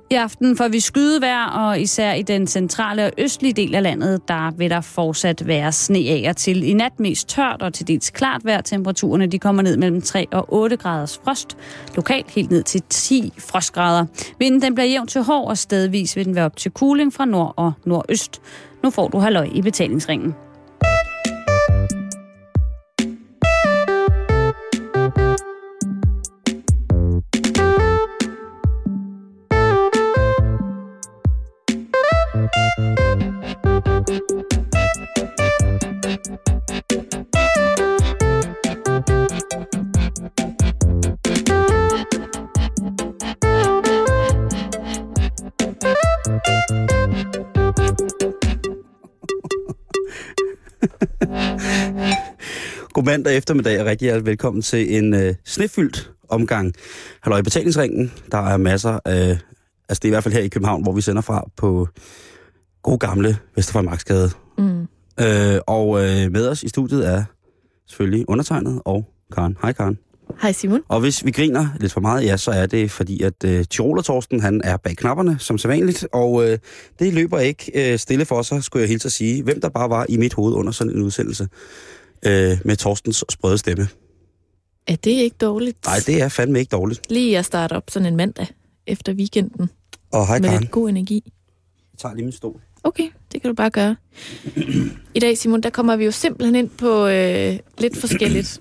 I aften får vi skydevejr, og især i den centrale og østlige del af landet, der vil der fortsat være sne af og til. I nat mest tørt og til dels klart vejr. Temperaturerne de kommer ned mellem 3 og 8 graders frost. Lokalt helt ned til 10 frostgrader. Vinden den bliver jævnt til hård, og stedvis vil den være op til kuling fra nord og nordøst. Nu får du halløj i betalingsringen. God mandag eftermiddag og rigtig hjertelig velkommen til en snefyldt omgang halløj i betalingsringen. Der er masser af, altså det er i hvert fald her i København, hvor vi sender fra på god gamle Vesterfredmarksgade. Og med os i studiet er selvfølgelig undertegnet og Karen. Hej Karen. Hej Simon. Og hvis vi griner lidt for meget, ja, så er det fordi, at Tyroler Torsten, han er bag knapperne, som sædvanligt, og det løber ikke stille for sig, skulle jeg hilse at sige, hvem der bare var i mit hoved under sådan en udsendelse med Torstens sprøde stemme. Er det ikke dårligt? Nej, det er fandme ikke dårligt. Lige at starte op sådan en mandag efter weekenden. Og hej med Karen. lidt god energi. Jeg tager lige min stol. Okay, det kan du bare gøre. I dag, Simon, der kommer vi jo simpelthen ind på lidt forskelligt.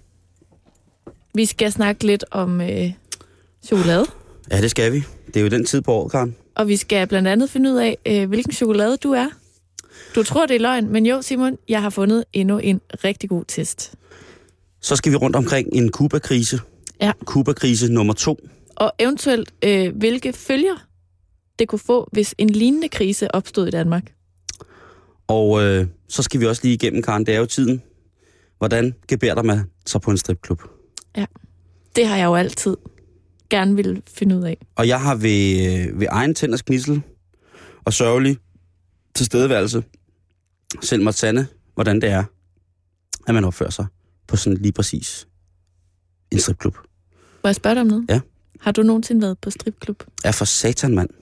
Vi skal snakke lidt om chokolade. Ja, det skal vi. Det er jo den tid på året, Karen. Og vi skal blandt andet finde ud af, hvilken chokolade du er. Du tror, det er løgn, men jo, Simon, jeg har fundet endnu en rigtig god test. Så skal vi rundt omkring en Cuba-krise. Ja. Cuba-krise nummer 2. Og eventuelt, hvilke følger det kunne få, hvis en lignende krise opstod i Danmark. Og så skal vi også lige igennem, Karen, det er jo tiden. Hvordan gebærder man sig på en stripklub? Ja, det har jeg jo altid gerne ville finde ud af. Og jeg har ved egen tænders knissel og sørgelig tilstedeværelse selv måtte sande, hvordan det er, at man opfører sig på sådan lige præcis en stripklub. Må jeg spørge dig om noget? Ja. Har du nogensinde været på stripklub? Ja, for satan, mand.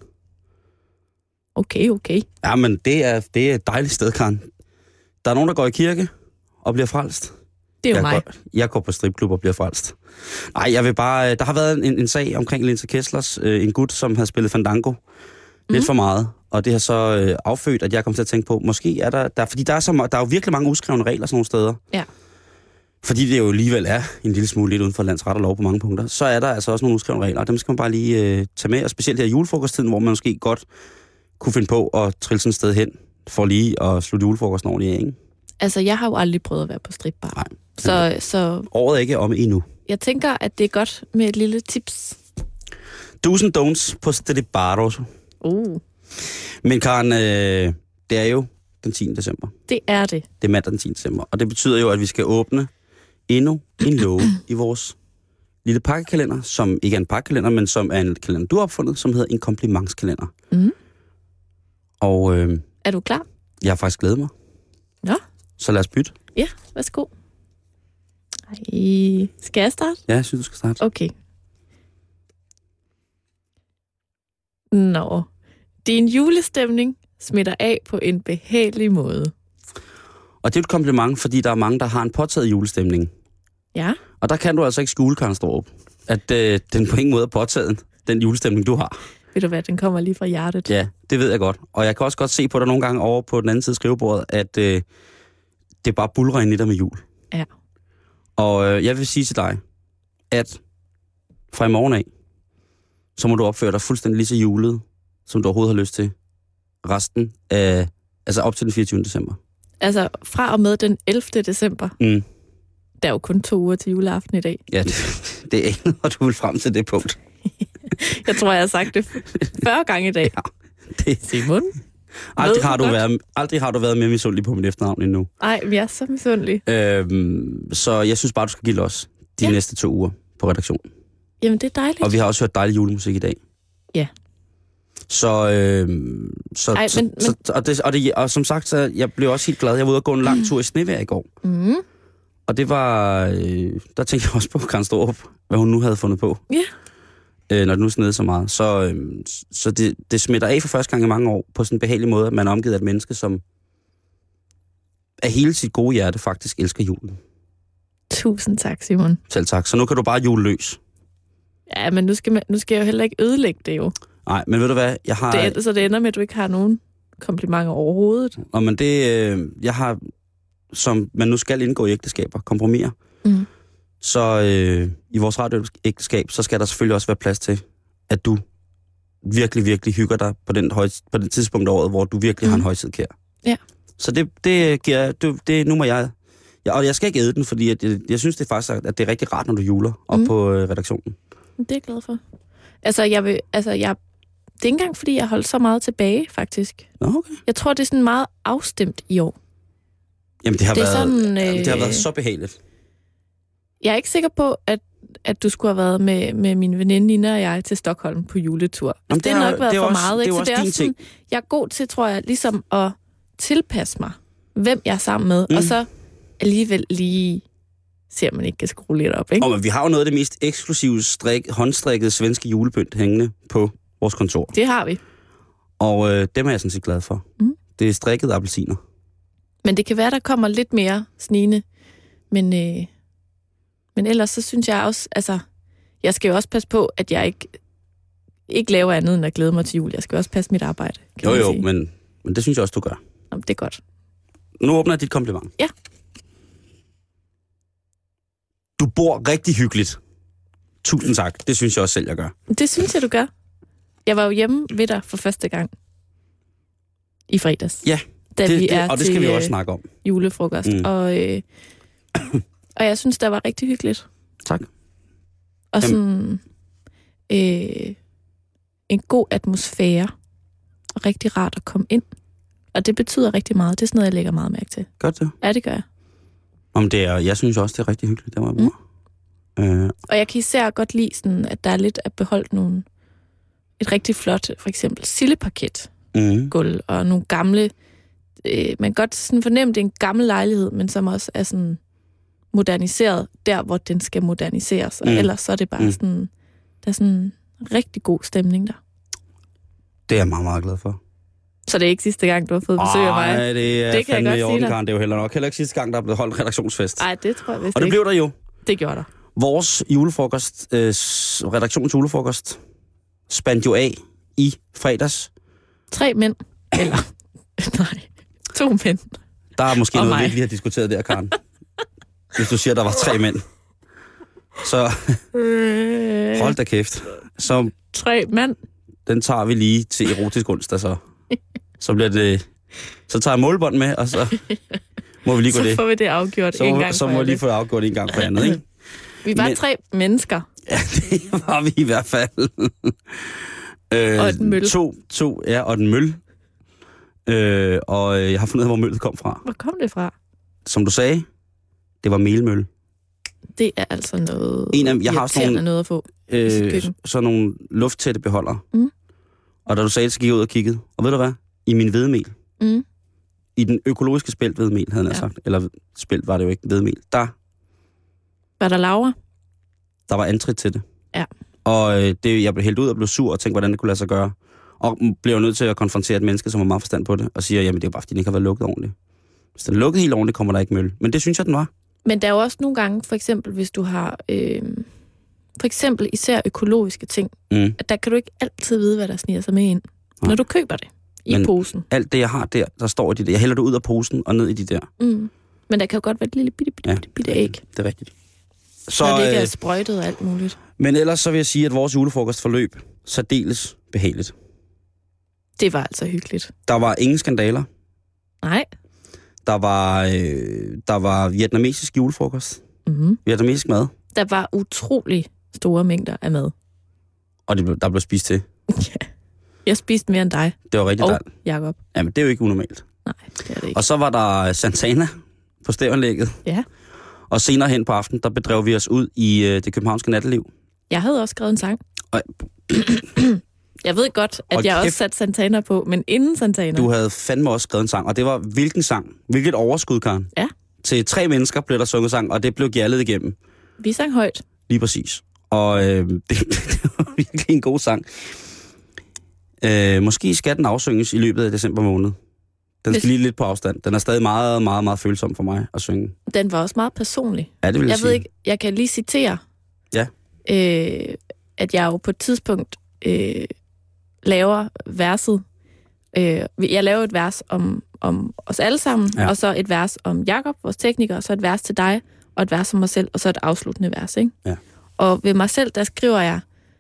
Okay. Ja, men det er et dejligt sted, Karen. Der er nogen, der går i kirke og bliver frelst. Det er jo mig. Jeg går på stripklub og bliver frelst. Nej, jeg vil bare... Der har været en sag omkring Linse Kesslers, en gut, som havde spillet Fandango lidt for meget. Og det har så affødt, at jeg kom til at tænke på, måske er der fordi der er jo virkelig mange uskrevne regler sådan nogle steder. Ja. Fordi det jo alligevel er en lille smule lidt uden for landsret og lov på mange punkter, så er der altså også nogle uskrevne regler, og dem skal man bare lige tage med, og specielt her i julefrokosttiden, hvor man måske godt kunne finde på at trille sådan et sted hen, for lige at slutte julefrokosten ordentligt af, ikke? Altså, jeg har jo aldrig prøvet at være på stripbar. Nej. Så året er ikke om endnu. Jeg tænker, at det er godt med et lille tips. Do's and don'ts på stribaros. Men Karen, det er jo den 10. december. Det er det. Det er mandag den 10. december. Og det betyder jo, at vi skal åbne endnu en låge i vores lille pakkekalender, som ikke er en pakkekalender, men som er en kalender, du har opfundet, som hedder en komplimentskalender. Og er du klar? Jeg har faktisk glædet mig. Nå. Så lad os bytte. Ja, værsgo. Skal jeg starte? Ja, jeg synes, du skal starte. Okay. Nå. Din julestemning smitter af på en behagelig måde. Og det er et kompliment, fordi der er mange, der har en påtaget julestemning. Ja. Og der kan du altså ikke skjule, Karen Storup, at den på ingen måde er påtaget, den julestemning, du har. Ved du hvad, den kommer lige fra hjertet. Ja, det ved jeg godt. Og jeg kan også godt se på dig nogle gange over på den anden side af skrivebordet, at det bare bulrer ind i dig med jul. Ja. Og jeg vil sige til dig, at fra i morgen af, så må du opføre dig fuldstændig lige så julet, som du overhovedet har lyst til. Resten af, altså op til den 24. december. Altså fra og med den 11. december. Der er jo kun 2 uger til juleaften i dag. Ja, det er ikke noget, du vil frem til det punkt. Jeg tror, jeg har sagt det 40 gange i dag. Ja, det... Simon? Aldrig har du været mere misundelig på mit efternavn endnu. Nej, vi er så misundelige. Så jeg synes bare, du skal give os de næste 2 uger på redaktionen. Jamen, det er dejligt. Og vi har også hørt dejlig julemusik i dag. Ja. Og som sagt, så jeg blev også helt glad. Jeg var ude og gå en lang tur i snevejr i går. Og det var... der tænkte jeg også på Karen Storup, hvad hun nu havde fundet på. Ja. når det nu sneede så meget. Så det smitter af for første gang i mange år på sådan en behagelig måde, at man er omgivet af et menneske, som af hele sit gode hjerte faktisk elsker julen. Tusind tak, Simon. Selv tak. Så nu kan du bare jule løs. Ja, men nu skal jeg jo heller ikke ødelægge det jo. Nej, men ved du hvad? Så det ender med, at du ikke har nogen komplimenter overhovedet. Og men jeg har, som man nu skal indgå i ægteskaber, kompromiser. Mm. Så i vores radioægteskab, så skal der selvfølgelig også være plads til, at du virkelig, virkelig hygger dig på den tidspunkt af året, hvor du virkelig har en højtidskær. Ja. Så nu må jeg... Og jeg skal ikke æde den, fordi jeg synes det faktisk, at det er rigtig rart, når du juler op på redaktionen. Det er jeg glad for. Altså, det er ikke engang, fordi jeg holdt så meget tilbage, faktisk. Okay. Jeg tror, det er sådan meget afstemt i år. Jamen, det har været så behageligt. Jeg er ikke sikker på, at du skulle have været med min veninde Nina og jeg til Stockholm på juletur. Jamen, det har nok været for også, meget, ikke? Det er også din ting. Jeg er god til, tror jeg, ligesom at tilpasse mig, hvem jeg er sammen med, og så alligevel lige ser man ikke kan skrue lidt op, ikke? Men vi har jo noget af det mest eksklusive håndstrikkede svenske julepynt hængende på vores kontor. Det har vi. Og dem er jeg sådan set glad for. Mm. Det er strikkede appelsiner. Men det kan være, der kommer lidt mere snigende. Men ellers så synes jeg også, altså, jeg skal jo også passe på, at jeg ikke laver andet end at glæde mig til jul. Jeg skal også passe mit arbejde. Jo, men det synes jeg også, du gør. Jamen, det er godt. Nu åbner jeg dit kompliment. Ja. Du bor rigtig hyggeligt. Tusind tak. Det synes jeg også selv, jeg gør. Det synes jeg, du gør. Jeg var jo hjemme ved dig for første gang i fredags. Ja, og det skal vi også snakke om. Julefrokost. Og jeg synes, det var rigtig hyggeligt. Tak. Og sådan en god atmosfære. Og rigtig rart at komme ind. Og det betyder rigtig meget. Det er sådan noget, jeg lægger meget mærke til. Gør det? Ja, det gør jeg. Jeg synes også, det er rigtig hyggeligt, der var Og jeg kan især godt lide, sådan, at der er lidt at beholde et rigtig flot, for eksempel sildeparket gulv, og nogle gamle, man kan godt sådan fornemme, det er en gammel lejlighed, men som også er sådan moderniseret der, hvor den skal moderniseres. Og ellers så er det bare sådan, der er sådan en rigtig god stemning der. Det er jeg meget, meget glad for. Så det er ikke sidste gang, du har fået besøg af mig? Nej, det er det kan fandme jeg i godt orden, sige Karen. Det er jo heller nok heller ikke sidste gang, der er blevet holdt redaktionsfest. Nej, det tror jeg vist ikke. Og det blev der jo. Det gjorde der. Vores julefrokost, redaktionens julefrokost, spandte jo af i fredags. 3 mænd. Eller, nej, 2 mænd. Der er måske og noget, mig. vi ikke lige har diskuteret der, Karen. Hvis du siger, der var 3 mænd. Så hold da kæft. Så 3 mænd. den tager vi lige til erotisk onsdag, så. Så bliver det... Så tager jeg målbånd med, og så må vi lige gå det. Så får vi det afgjort en gang Så må vi lige få det afgjort en gang for andet, ikke? Vi var 3 mennesker. Ja, det var vi i hvert fald. Og et møl. Og en møl. Og jeg har fundet ud af, hvor møllet kom fra. Hvor kom det fra? Som du sagde, det var melmøl. Det er altså noget jeg har sådan noget at få. Sådan nogle lufttætte beholdere. Og da du sagde det, så gik jeg ud og kiggede. Og ved du hvad? I min hvedemel. I den økologiske spælthvedemel, havde jeg sagt. Eller spelt var det jo ikke, hvedemel. Var der laver? Der var antrit til det. Ja. Og jeg blev hældt ud og blev sur og tænkte, hvordan det kunne lade sig gøre. Og blev nødt til at konfrontere et menneske, som var meget forstand på det, og siger, jamen det er bare, fordi den ikke har været lukket ordentligt. Hvis den er lukket helt ordentligt, kommer der ikke møl. Men det synes jeg, den var. Men der er jo også nogle gange, for eksempel, hvis du har, for eksempel især økologiske ting, at der kan du ikke altid vide, hvad der sniger sig med ind, når du køber det i posen. Alt det, jeg har der står i de der. Jeg hælder det ud af posen og ned i de der. Men der kan jo godt være et lille bitte æg. Det er rigtigt. Så, når det ikke er sprøjtet og alt muligt. Men ellers så vil jeg sige, at vores julefrokost forløb særdeles behageligt. Det var altså hyggeligt. Der var ingen skandaler. Nej. Der var vietnamesisk julefrokost. Vietnamesisk mad. Der var utrolig store mængder af mad. Og der blev spist til. Ja. Jeg spiste mere end dig. Det var rigtig dejligt. Jakob. Jamen, det er jo ikke unormalt. Nej, det er det ikke. Og så var der Santana på stævnlægget. Ja. Og senere hen på aftenen, der bedrev vi os ud i det københavnske natteliv. Jeg havde også skrevet en sang. Jeg ved godt, at jeg også satte Santana på, men inden Santana... Du havde fandme også skrevet en sang, og det var hvilken sang? Hvilket overskud, Karen? Ja. Til 3 mennesker blev der sunget sang, og det blev gjaldet igennem. Vi sang højt. Lige præcis. Og det var virkelig en god sang. Måske skal den afsynges i løbet af december måned. Den skal lige lidt på afstand. Den er stadig meget, meget, meget følsom for mig at synge. Den var også meget personlig. Ja, det vil jeg sige. Ved ikke, jeg kan lige citere, at jeg jo på et tidspunkt laver verset. Jeg laver et vers om os alle sammen, og så et vers om Jakob, vores tekniker, og så et vers til dig, og et vers om mig selv, og så et afsluttende vers, ikke? Ja. Og ved mig selv, der skriver jeg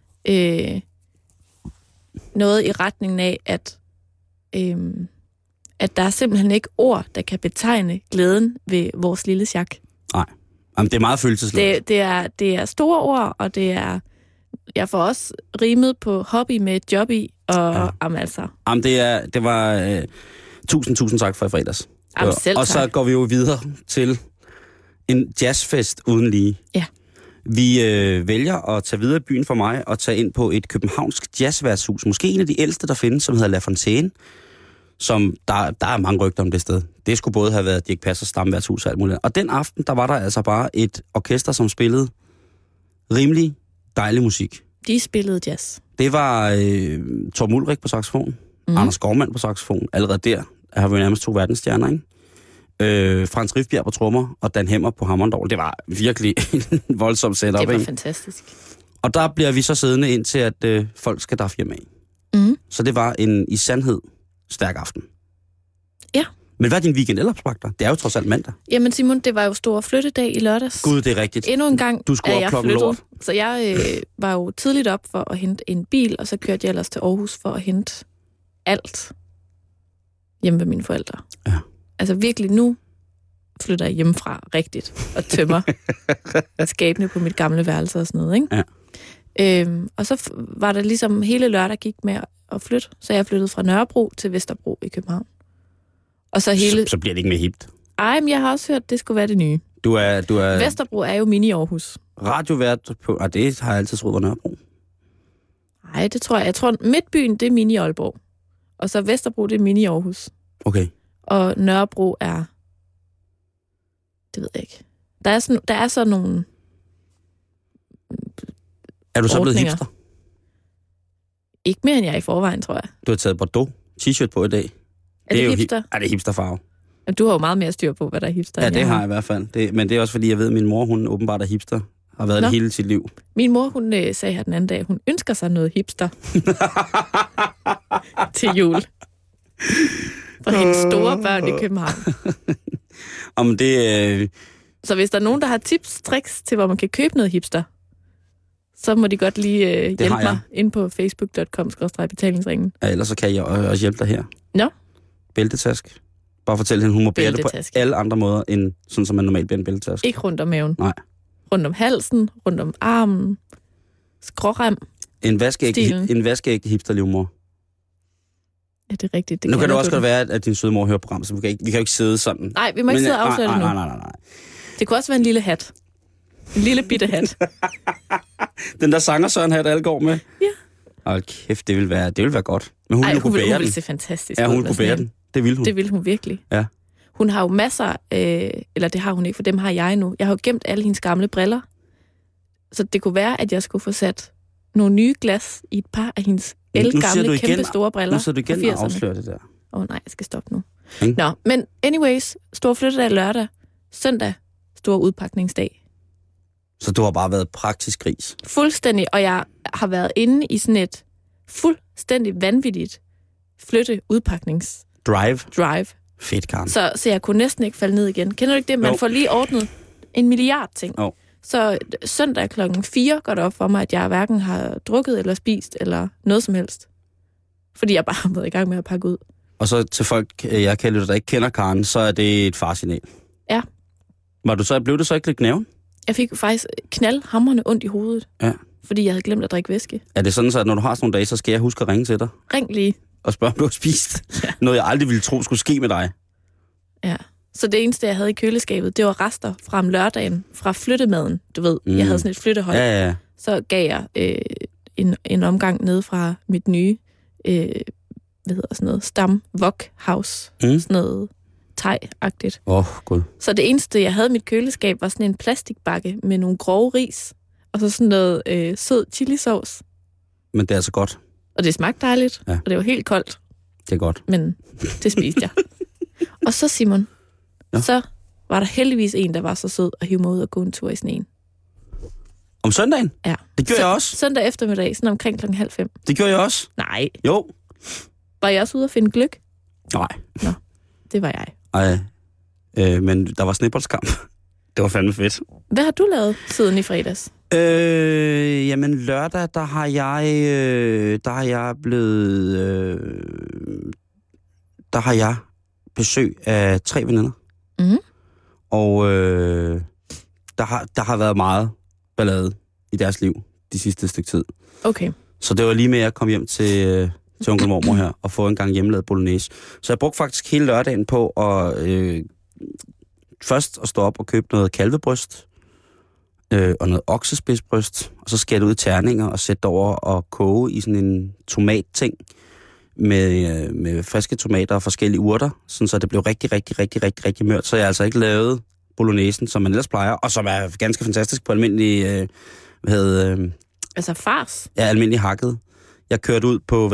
noget i retningen af, at der er simpelthen ikke ord, der kan betegne glæden ved vores lille sjak. Nej. Jamen, det er meget følelsesladet. Det er store ord, og det er... Jeg får også rimet på hobby med et job i, og altså... Jamen, det var... Tusind tak for i fredags. Jamen, selv tak. Og så går vi jo videre til en jazzfest uden lige. Ja. Vi vælger at tage videre i byen for mig og tage ind på et københavnsk jazzværtshus. Måske en af de ældste, der findes, som hedder La Fontaine. Som der er mange rygter om det sted. Det skulle både have været Dirch Passers stamværtshus og alt muligt. Og den aften, der var der altså bare et orkester, som spillede rimelig dejlig musik. De spillede jazz. Det var Torben Ulrik på saxofon, Anders Skovmand på saxofon. Allerede der har vi nærmest 2 verdensstjerner, ikke? Frans Rifbjerg på trommer og Dan Hemmer på hammondorgel. Det var virkelig en voldsom setup. Det var ikke? fantastisk. Og der bliver vi så siddende ind til, at folk skal daffe hjem af. Så det var en i sandhed stærk aften. Ja. Men hvad er din weekend ellers bragt dig? Det er jo trods alt mandag. Jamen Simon, det var jo store flyttedag i lørdags. Gud, det er rigtigt. Endnu en gang du skulle er jeg flyttet. Lort. Så jeg var jo tidligt op for at hente en bil, og så kørte jeg ellers til Aarhus for at hente alt hjemme ved mine forældre. Ja. Altså virkelig, nu flytter jeg hjemmefra rigtigt og tømmer skabene på mit gamle værelse og sådan noget, ikke? Ja. Og så var der ligesom hele lørdag gik med at flytte, så jeg flyttede fra Nørrebro til Vesterbro i København. Og så hele... Så bliver det ikke mere hipt. Ej, men jeg har også hørt, at det skulle være det nye. Du er... Vesterbro er jo mini-Aarhus. Radiovært på... Og det har jeg altid troet var Nørrebro. Nej, det tror jeg. Jeg tror, Midtbyen, det er mini-Aalborg. Og så Vesterbro, det er mini-Aarhus. Okay. Og Nørrebro er... Det ved jeg ikke. Der er sådan nogle... Er du så blevet hipster? Ikke mere end jeg i forvejen, tror jeg. Du har taget Bordeaux t-shirt på i dag. Er det hipster? Det er hipsterfarve. Du har jo meget mere styr på, hvad der er hipster. Ja, det har jeg i hvert fald. Men det er også fordi, jeg ved, at min mor, hun åbenbart er hipster. Har været det hele sit liv. Min mor, hun sagde her den anden dag, hun ønsker sig noget hipster til jul. For hendes store børn i København. Om det... Så hvis der er nogen, der har tips, tricks til, hvor man kan købe noget hipster, så må de godt lige hjælpe mig ind på facebook.com/betalingsringen. Ja, ellers så kan jeg også hjælpe dig her. Nå. Bæltetask. Bare fortæl hende, hun må bære det på alle andre måder, end sådan, som man normalt bærer en bæltetask. Ikke rundt om maven. Nej. Rundt om halsen, rundt om armen, skrårem. En vaskeægte hipsterlivmor. Ja, det er rigtigt. Nu kan det også godt være, at din søde mor hører programmet, så vi kan jo ikke sidde sådan. Nej, vi må ikke sidde og afsløre det nu. Nej. Det kunne også være en lille hat. En lille bitte hat. Den der sangersøren-hat, alle går med? Ja. Hold kæft, det vil være godt. Men hun ville se fantastisk ud. Ja, hun kunne bære den. Det ville hun. Det ville hun virkelig. Ja. Hun har jo masser, eller det har hun ikke, for dem har jeg nu. Jeg har jo gemt alle hendes gamle briller. Så det kunne være, at jeg skulle få sat nogle nye glas i et par af hendes gamle, kæmpe store briller. Nu sidder du igen og afslører det der. Nej, jeg skal stoppe nu. Nå, men anyways, stor flyttedag lørdag, søndag, stor udpakningsdag. Så du har bare været praktisk gris? Fuldstændig, og jeg har været inde i sådan et fuldstændig vanvittigt flytte-udpaknings... Drive. Fedt, Karen. Så jeg kunne næsten ikke falde ned igen. Kender du ikke det? Man får lige ordnet 1 milliard ting. Jo. Så søndag 4:00 går det op for mig, at jeg hverken har drukket eller spist eller noget som helst. Fordi jeg bare har været i gang med at pakke ud. Og så til folk, jeg kan lytte, der ikke kender Karen, så er det et farsignal. Ja. Blev du så ikke lidt gnæven? Jeg fik faktisk knaldhamrende ondt i hovedet. Ja. Fordi jeg havde glemt at drikke væske. Er det sådan, så at når du har sådan nogle dage, så skal jeg huske at ringe til dig? Ring lige. Og spørge, om du har spist. Ja. Noget, jeg aldrig ville tro skulle ske med dig. Ja. Så det eneste, jeg havde i køleskabet, det var rester fra om lørdagen, fra flyttemaden. Du ved, jeg havde sådan et flyttehold. Ja. Så gav jeg en omgang ned fra mit nye, hvad hedder sådan noget, Wok-house. Sådan noget thai-agtigt. God. Så det eneste, jeg havde i mit køleskab, var sådan en plastikbakke med nogle grove ris. og så sådan noget sød chilisauce. Men det er altså godt. Og det smagte dejligt, ja. Og det var helt koldt. Det er godt. Men det spiste jeg. Og så, Simon, så var der heldigvis en, der var så sød at hive mig ud og gå en tur i sneen. Om søndagen? Ja. Det gjorde jeg også. Søndag eftermiddag, sådan omkring 4:30. Det gjorde jeg også. Nej. Jo. Var jeg også ude at finde gløgg? Nej. Nå, det var jeg. Nej, men der var sneboldskamp. Det var fandme fedt. Hvad har du lavet siden i fredags? Jamen lørdag, der har jeg besøg af 3 veninder. Mm-hmm. Og der har været meget ballade i deres liv de sidste stykke tid. Okay. Så det var lige med at komme hjem til onkel mormor her og få en gang hjemmelavet bolognese. Så jeg brugte faktisk hele lørdagen på at først at stå op og købe noget kalvebryst og noget oksespidsbryst, og så skære det ud i terninger og sætte det over og koge i sådan en tomatting med friske tomater og forskellige urter, sådan så det blev rigtig mørt. Så jeg altså ikke lavet bolognesen, som man ellers plejer, og som er ganske fantastisk på almindelig altså fars? Ja, almindelig hakket. Jeg kørte ud på,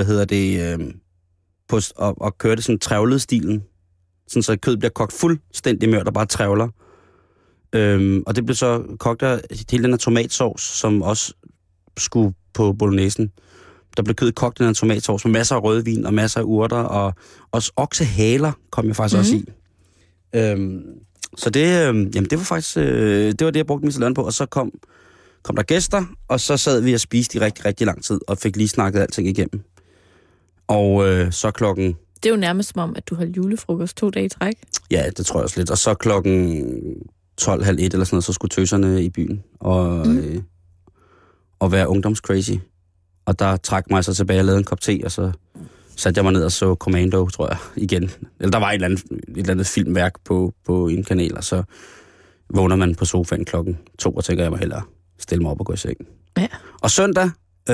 og kørte sådan trævlet-stilen, sådan så kød bliver kogt fuldstændig mørt og bare trævler. Og det blev så kogt af hele den her tomatsauce, som også skulle på bolognesen. Der blev kød kogt i den her tomatsauce med masser af rødvin og masser af urter, og også oksehaler kom jeg faktisk også i. Så det var faktisk, det var det, jeg brugte min salon på, og så kom der gæster, og så sad vi og spiste i rigtig lang tid, og fik lige snakket alting igennem. Og så klokken... Det er jo nærmest som om, at du holdt julefrokost 2 dage i træk. Ja, det tror jeg også lidt. Og så klokken 12:30 eller sådan noget, så skulle tøserne i byen og være ungdomscrazy. Og der trak mig så tilbage og lavede en kop te, og så satte jeg mig ned og så Commando, tror jeg, igen. Eller der var et eller andet filmværk på en kanal, og så vågner man på sofaen klokken 2, og tænker jeg mig hellere stille mig op og gå i seng. Ja. Og søndag,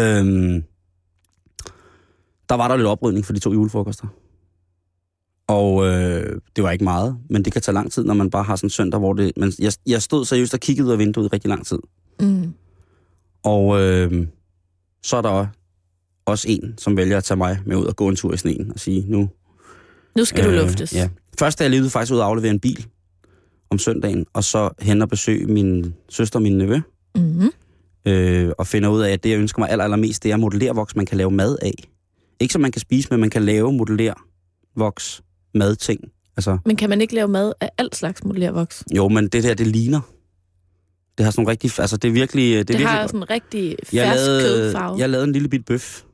der var der lidt oprydning for de 2 julefrokoster. Og det var ikke meget, men det kan tage lang tid, når man bare har sådan en søndag, hvor det... Men jeg stod seriøst og kiggede ud af vinduet i rigtig lang tid. Mm. Og så er der også en, som vælger at tage mig med ud og gå en tur i sneen og sige, nu skal du luftes. Ja. Først er jeg lige faktisk ud og aflevere en bil om søndagen, og så hen og besøge min søster og min nevø. Mm-hmm. Og finder ud af, at det, jeg ønsker mig allermest, det er modellervoks, man kan lave mad af. Ikke som man kan spise, men man kan lave modellervoks madting. Altså, men kan man ikke lave mad af alt slags modellervoks? Jo, men det der, det ligner. Det har sådan rigtig... Altså, det er virkelig... Det har sådan en rigtig fersk kødfarve. Jeg lavede en lille bit bøf.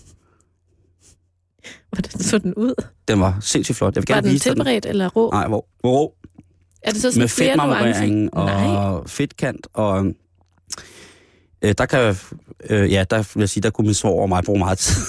Hvordan så den ud? Den var sindssygt flot. Jeg vil var gerne den tilberedt eller rå? Nej, rå. Er det så sådan med fedtmarmorering og fedtkant, og der kan der vil jeg sige, der kunne min svoger og mig bruge meget tid.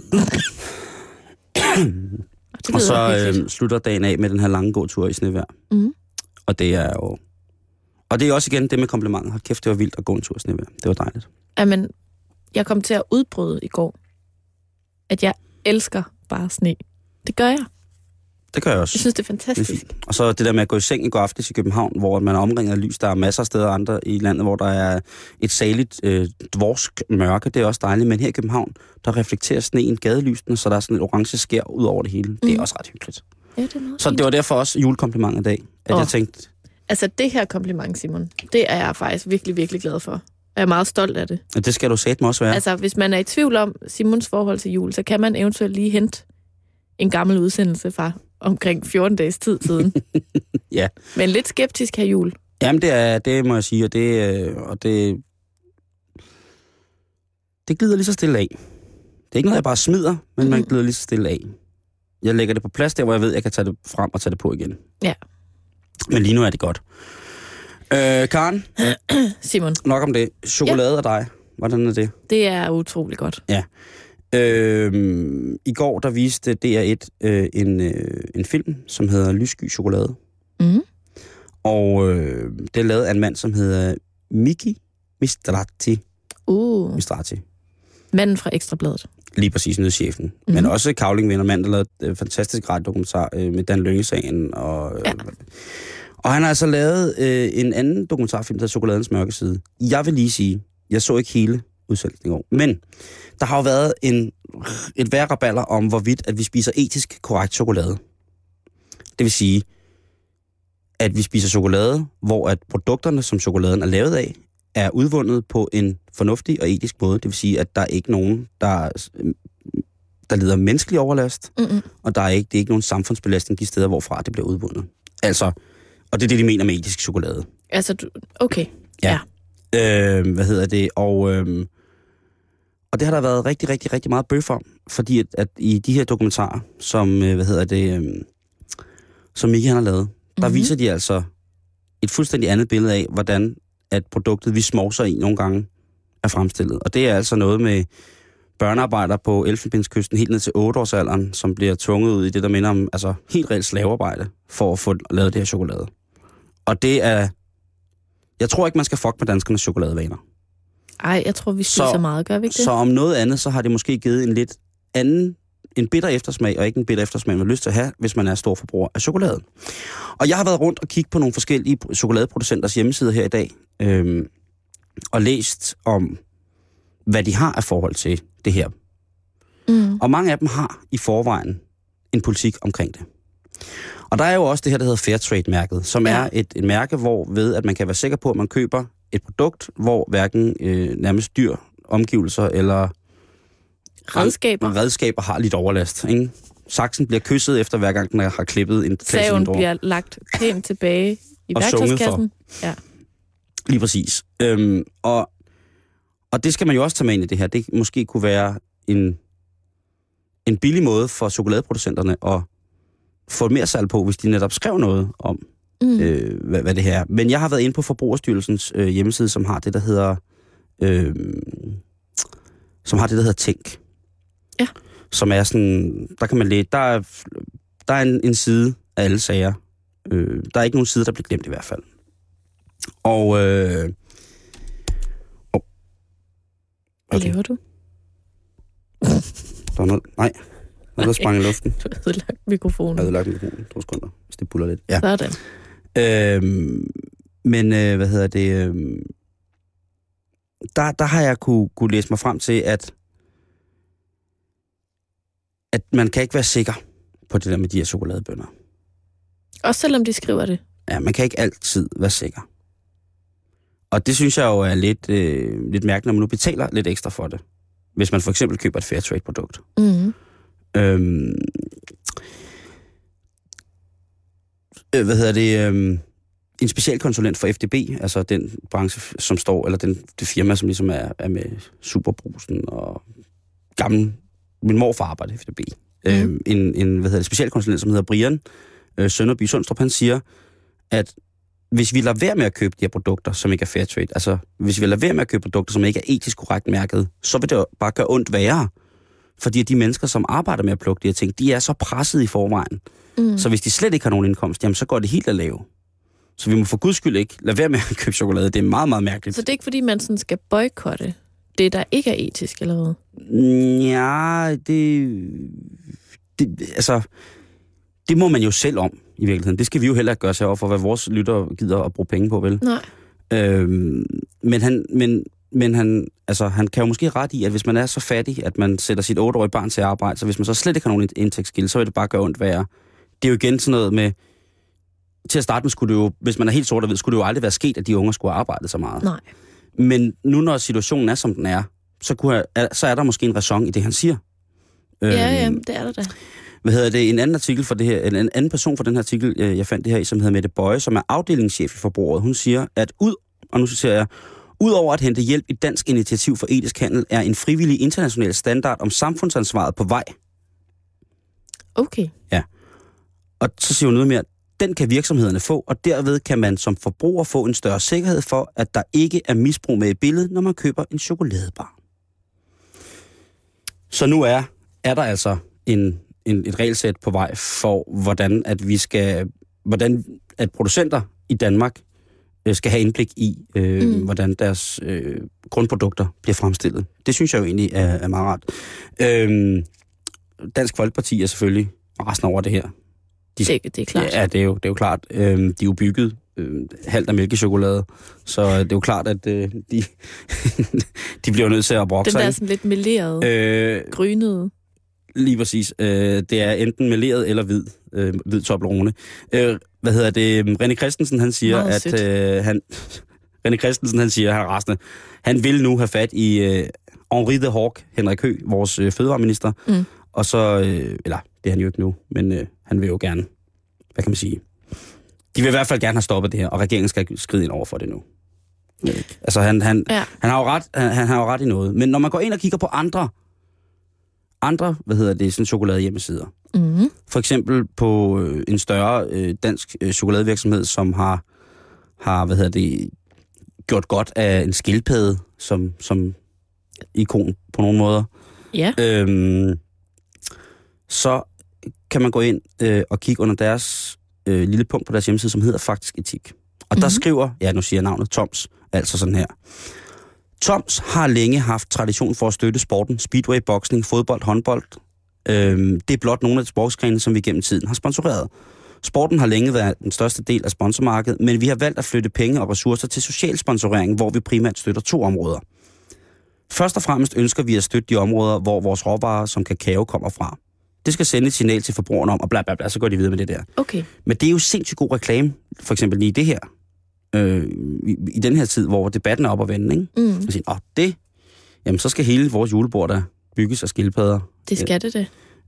Og så slutter dagen af med den her lange gåtur i snevejr. Mm. Og det er jo... Og det er også igen det med komplimenter. Hold kæft, det var vildt at gå en tur i snevejr. Det var dejligt. Jamen, jeg kom til at udbryde i går, at jeg elsker bare sne. Det gør jeg. Det gør jeg også. Jeg synes, det er fantastisk. Det er og så det der med at gå i seng i går aftes i København, hvor man er omringet af lys. Der er masser af steder andre i landet, hvor der er et saligt dvorsk mørke. Det er også dejligt. Men her i København, der reflekterer sneen gadelysene, så der er sådan et orange skær ud over det hele. Det er også ret hyggeligt. Ja, det er meget så fint. det var derfor også julekompliment i dag, at jeg tænkte... Altså det her kompliment, Simon, det er jeg faktisk virkelig glad for. Jeg er meget stolt af det. Ja, det skal du satme også være. Altså, hvis man er i tvivl om Simons forhold til jul, så kan man eventuelt lige hente en gammel udsendelse fra omkring 14 dages tid siden. Ja. Men lidt skeptisk her jul. Jamen, det må jeg sige, og det glider lige så stille af. Det er ikke noget, jeg bare smider, men man glider lige så stille af. Jeg lægger det på plads der, hvor jeg ved, jeg kan tage det frem og tage det på igen. Ja. Men lige nu er det godt. Karen? Simon? Nok om det. Chokolade af dig. Hvordan er det? Det er utrolig godt. Ja. I går, der viste DR1 en film, som hedder Lyssky Chokolade. Mm. Og det er lavet af en mand, som hedder Miki Mistrati. Mistrati. Manden fra Ekstrabladet. Lige præcis, nyhedschefen. Mm-hmm. Men også Kavlingvenner, mand, der lavede et fantastisk radiodokumentar med Dan Lynge-sagen. Og han har altså lavet en anden dokumentarfilm, der hedder Chokoladens mørke side. Jeg vil lige sige, Jeg så ikke hele udsendelsen i går. Men der har jo været et værre rabalder om, hvorvidt at vi spiser etisk korrekt chokolade. Det vil sige, at vi spiser chokolade, hvor at produkterne, som chokoladen er lavet af, er udvundet på en fornuftig og etisk måde. Det vil sige, at der er ikke nogen, der lider menneskelig overlast, og det er ikke nogen samfundsbelastning de steder, hvorfra det bliver udvundet. Altså, og det er det, de mener med etisk chokolade. Altså, okay. Ja. Og det har der været rigtig, rigtig, rigtig meget bøf om, fordi at i de her dokumentarer, som Miki han har lavet, der viser de altså et fuldstændig andet billede af, hvordan at produktet, vi smovser i nogle gange, er fremstillet. Og det er altså noget med børnearbejdere på Elfenbenskysten helt ned til 8-årsalderen, som bliver tvunget ud i det, der minder om altså helt reelt slavearbejde, for at få lavet det her chokolade. Og det er... Jeg tror ikke, man skal fuck med danskernes chokoladevaner. Ej, jeg tror, vi spiser meget, gør vi ikke det? Så om noget andet, så har det måske givet en lidt anden, en bitter eftersmag, og ikke en bitter eftersmag, man har lyst til at have, hvis man er stor forbruger af chokolade. Og jeg har været rundt og kigget på nogle forskellige chokoladeproducenters hjemmesider her i dag, og læst om, hvad de har af forhold til det her. Og mange af dem har i forvejen en politik omkring det. Og der er jo også det her, der hedder Fairtrade-mærket, som er et mærke, hvor ved at man kan være sikker på, at man køber et produkt, hvor hverken nærmest dyr, omgivelser eller redskaber har lidt overlast. Ikke? Saksen bliver kysset efter hver gang, den har klippet en saven bliver lagt pænt tilbage i værktøjskassen. Ja. Lige præcis. Og det skal man jo også tage med ind i det her. Det måske kunne være en billig måde for chokoladeproducenterne at få mere salg på, hvis de netop skrev noget om, hvad det her er. Men jeg har været inde på Forbrugerstyrelsens hjemmeside, som har det, der hedder Tænk. Ja. Som er sådan, der kan man læse, der er en side af alle sager. Der er ikke nogen side, der bliver glemt i hvert fald. Og hvad laver du? Der er noget, nej. Der sprang i luften. Du har ødelagt mikrofonen. Jeg har ødelagt mikrofonen. 2 sekunder, hvis det buller lidt. Ja. Sådan. Der har jeg kunne læse mig frem til, at man kan ikke være sikker på det der med de her chokoladebønner. Også selvom de skriver det? Ja, man kan ikke altid være sikker. Og det synes jeg jo er lidt mærkeligt, når man nu betaler lidt ekstra for det. Hvis man for eksempel køber et Fairtrade-produkt. En specialkonsulent for FDB, altså den branche, som står, eller det firma, som ligesom er med Superbrusen og gammel, min morfar arbejder i FDB. En specialkonsulent, som hedder Brian Sønderby Sundstrup, han siger, at hvis vi lader være med at købe de her produkter, som ikke er Fairtrade, altså hvis vi lader være med at købe produkter, som ikke er etisk korrekt mærket, så vil det bare gøre ondt værre. Fordi de mennesker, som arbejder med at plukke de her ting, de er så presset i forvejen. Så hvis de slet ikke har nogen indkomst, jamen så går det helt at lave. Så vi må for guds skyld ikke lade være med at købe chokolade. Det er meget, meget mærkeligt. Så det er ikke, fordi man sådan skal boykotte det, der ikke er etisk, eller hvad? Ja, det må man jo selv om, i virkeligheden. Det skal vi jo heller ikke gøre sig over for, hvad vores lyttere gider at bruge penge på, vel? Nej. Men han kan jo måske ret i, at hvis man er så fattig, at man sætter sit 8-årige barn til at arbejde, så hvis man så slet ikke har nogen indtægtskilde, så vil det bare gøre ondt værre. Det er jo igen sådan noget med, til at starte med skulle det jo, hvis man er helt sort og hvid, skulle det jo aldrig være sket, at de unger skulle have arbejdet så meget. Nej. Men nu når situationen er, som den er, så er der måske en ræson i det, han siger. Ja, det er der da. En anden artikel for det her, en anden person for den her artikel, jeg fandt det her i, som hedder Mette Bøje, som er afdelingschef i Forbrugerrådet. Hun siger, at udover at hente hjælp i Dansk Initiativ for Etisk Handel, er en frivillig international standard om samfundsansvaret på vej. Okay. Ja. Og så siger hun noget mere, den kan virksomhederne få, og derved kan man som forbruger få en større sikkerhed for, at der ikke er misbrug med i billedet, når man køber en chokoladebar. Så nu er der altså et regelsæt på vej for, hvordan at producenter i Danmark skal have indblik i, hvordan deres grundprodukter bliver fremstillet. Det synes jeg jo egentlig er meget rart. Dansk Folkeparti er selvfølgelig rasende over det her. Det er klart. Ja, det er jo klart. De er jo bygget halvt af mælkechokolade. Så det er jo klart, at de bliver nødt til at brokke sig. Den der sådan lidt melerede, grynede. Lige præcis. Det er enten meleret eller hvid Toblerone. René Christensen, han siger, René Christensen, han siger, han er rasende. Han vil nu have fat i Henri de Hawk, Henrik Høgh, vores fødevareminister. Og så, eller det er han jo ikke nu, men han vil jo gerne, hvad kan man sige, de vil i hvert fald gerne have stoppet det her, og regeringen skal skride ind over for det nu. Altså, han har jo ret i noget. Men når man går ind og kigger på andre sådan chokolade hjemmesider. Mm-hmm. For eksempel på en større dansk chokoladevirksomhed, som har gjort godt af en skildpadde som ikon på nogle måder. Ja. Så kan man gå ind og kigge under deres lille punkt på deres hjemmeside, som hedder Faktisk Etik. Og der skriver, nu siger jeg navnet, Toms, altså sådan her. Toms har længe haft tradition for at støtte sporten, speedway, boksning, fodbold, håndbold. Det er blot nogle af de sportsgrene, som vi gennem tiden har sponsoreret. Sporten har længe været den største del af sponsormarkedet, men vi har valgt at flytte penge og ressourcer til social sponsorering, hvor vi primært støtter 2 områder. Først og fremmest ønsker vi at støtte de områder, hvor vores råvarer som kakao kommer fra. Det skal sende et signal til forbrugerne om, og bla bla bla, så går de videre med det der. Okay. Men det er jo sindssygt god reklame, for eksempel lige det her. I den her tid, hvor debatten er op at vende, ikke? Og siger, jamen så skal hele vores julebord der bygges af skildpadder. Det skal det.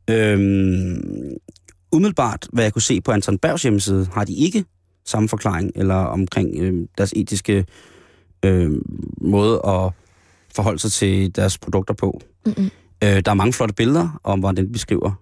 Umiddelbart, hvad jeg kunne se på Anton Bergs hjemmeside, har de ikke samme forklaring, eller omkring deres etiske måde at forholde sig til deres produkter på. Der er mange flotte billeder om, hvordan de beskriver,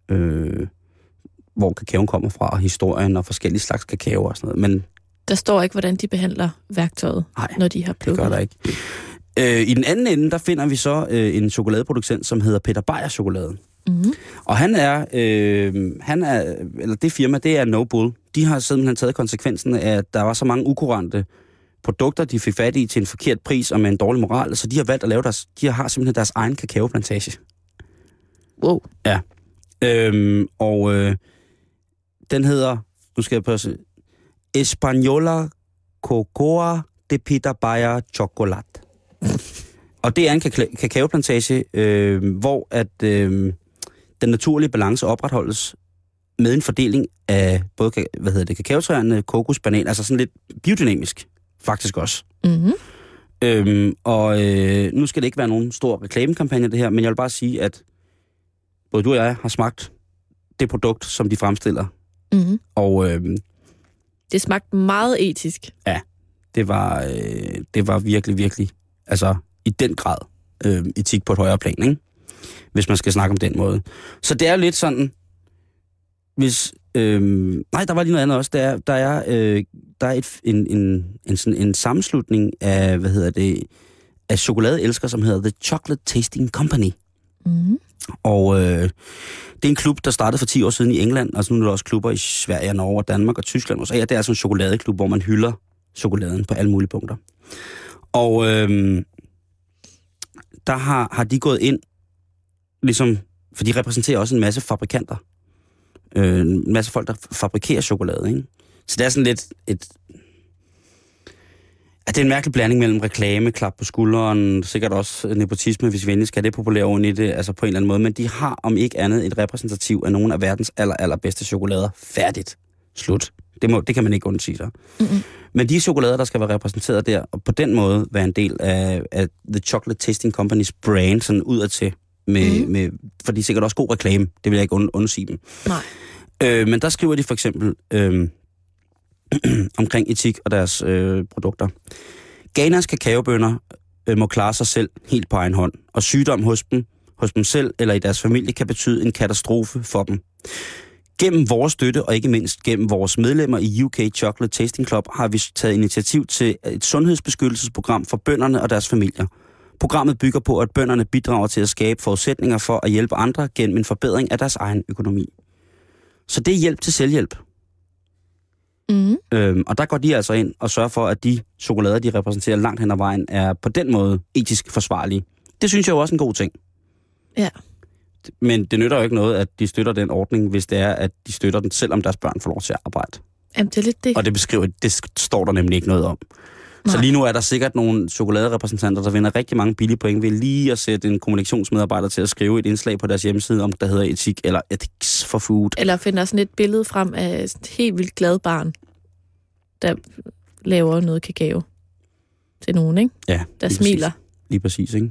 hvor kakaoen kommer fra, og historien og forskellige slags kakao og sådan noget. Men der står ikke, hvordan de behandler værktøjet, når de har plukket. Det gør der ikke. I den anden ende, der finder vi så en chokoladeproducent, som hedder Peter Beyer Chokolade. Mm-hmm. Og han er, eller det firma, det er No Bull. De har simpelthen taget konsekvensen af, at der var så mange ukurante produkter, de fik fat i til en forkert pris og med en dårlig moral, så de har valgt at lave de har simpelthen deres egen kakaoplantage. Wow. Ja. Den hedder, nu skal jeg prøve at se, Española Cocoa de Peter Beyer Chocolate. Og det er en kakaoplantage, hvor at den naturlige balance opretholdes med en fordeling af både kakaotræerne, kokos, banan, altså sådan lidt biodynamisk, faktisk også. Mm-hmm. Nu skal det ikke være nogen stor reklamekampagne det her, men jeg vil bare sige, at både du og jeg har smagt det produkt, som de fremstiller. Mm-hmm. Og det smagte meget etisk. Ja, det var virkelig, virkelig, altså i den grad etik på et højere plan, ikke? Hvis man skal snakke om den måde. Så det er jo lidt sådan, hvis... der var lige noget andet også. Der er en sammenslutning af, af chokoladeelskere, som hedder The Chocolate Tasting Company. Mm-hmm. Og det er en klub, der startede for 10 år siden i England, og så nu er der også klubber i Sverige, Norge, Danmark og Tyskland. Og så det er sådan en chokoladeklub, hvor man hylder chokoladen på alle mulige punkter. Og der har de gået ind, ligesom, for de repræsenterer også en masse fabrikanter. En masse folk, der fabrikerer chokolade, ikke? Så det er sådan lidt det er en mærkelig blanding mellem reklame, klap på skulderen, sikkert også nepotisme, hvis vi endelig skal have det populære oven i det, altså på en eller anden måde. Men de har, om ikke andet, et repræsentativ af nogle af verdens allerbedste chokolader færdigt. Slut. Det kan man ikke undsige sig. Mm-hmm. Men de chokolader, der skal være repræsenteret der, og på den måde være en del af The Chocolate Tasting Company's brand, sådan udadtil, med, for de er sikkert også god reklame. Det vil jeg ikke undsige dem. Nej. Men der skriver de for eksempel omkring etik og deres produkter. Ghanas kakaobønner må klare sig selv helt på egen hånd, og sygdom hos dem selv eller i deres familie kan betyde en katastrofe for dem. Gennem vores støtte, og ikke mindst gennem vores medlemmer i UK Chocolate Tasting Club, har vi taget initiativ til et sundhedsbeskyttelsesprogram for bønderne og deres familier. Programmet bygger på, at bønderne bidrager til at skabe forudsætninger for at hjælpe andre gennem en forbedring af deres egen økonomi. Så det er hjælp til selvhjælp. Mm. Og der går de altså ind og sørger for, at de chokolader, de repræsenterer langt hen ad vejen, er på den måde etisk forsvarlige. Det synes jeg jo også er en god ting. Ja. Men det nytter jo ikke noget, at de støtter den ordning, hvis det er, at de støtter den, selvom deres børn får lov til at arbejde. Jamen, det er lidt det. Og det står der nemlig ikke noget om. Nej. Så lige nu er der sikkert nogle chokoladerepræsentanter, der vinder rigtig mange billige point ved lige at sætte en kommunikationsmedarbejder til at skrive et indslag på deres hjemmeside, om der hedder etik eller ethics for food. Eller finder sådan et billede frem af et helt vildt glad barn, der laver noget kakao til nogen, ikke? Ja. Der smiler. Lige præcis, ikke?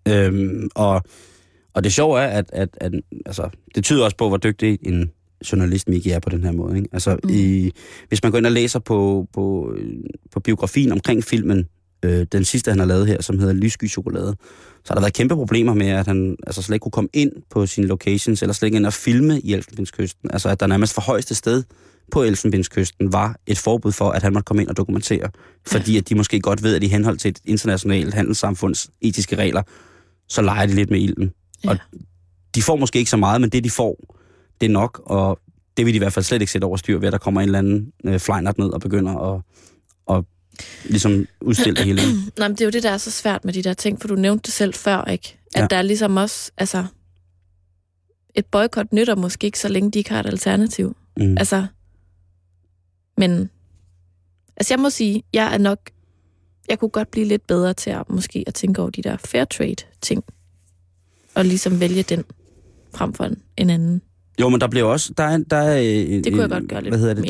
Og det sjove er, at altså, det tyder også på, hvor dygtig en journalist Miki er på den her måde, ikke? Altså, hvis man går ind og læser på biografien omkring filmen, den sidste, han har lavet her, som hedder Lyssky Chokolade, så har der været kæmpe problemer med, at han altså slet ikke kunne komme ind på sine locations, eller slet ikke ind og filme i Elfenbenskysten. Altså, at der nærmest for højeste sted på Elfenbenskysten var et forbud for, at han måtte komme ind og dokumentere. Fordi at de måske godt ved, at i henhold til et internationalt handelssamfunds etiske regler, så leger de lidt med ilden. Ja. Og de får måske ikke så meget, men det de får, det er nok, og det vil de i hvert fald slet ikke sætte over styr ved, at der kommer en eller anden flejnert ned og begynder at ligesom udstille det hele. Nej, men det er jo det, der er så svært med de der ting, for du nævnte det selv før, ikke? At der er ligesom også, altså, et boykot nytter måske ikke, så længe de ikke har et alternativ. Altså, men, altså jeg må sige, jeg kunne godt blive lidt bedre til måske at tænke over de der fair trade ting, og ligesom vælge den frem for en anden. Jo, men der bliver også, der er det kunne jeg godt gøre lidt. Hvad hedder det?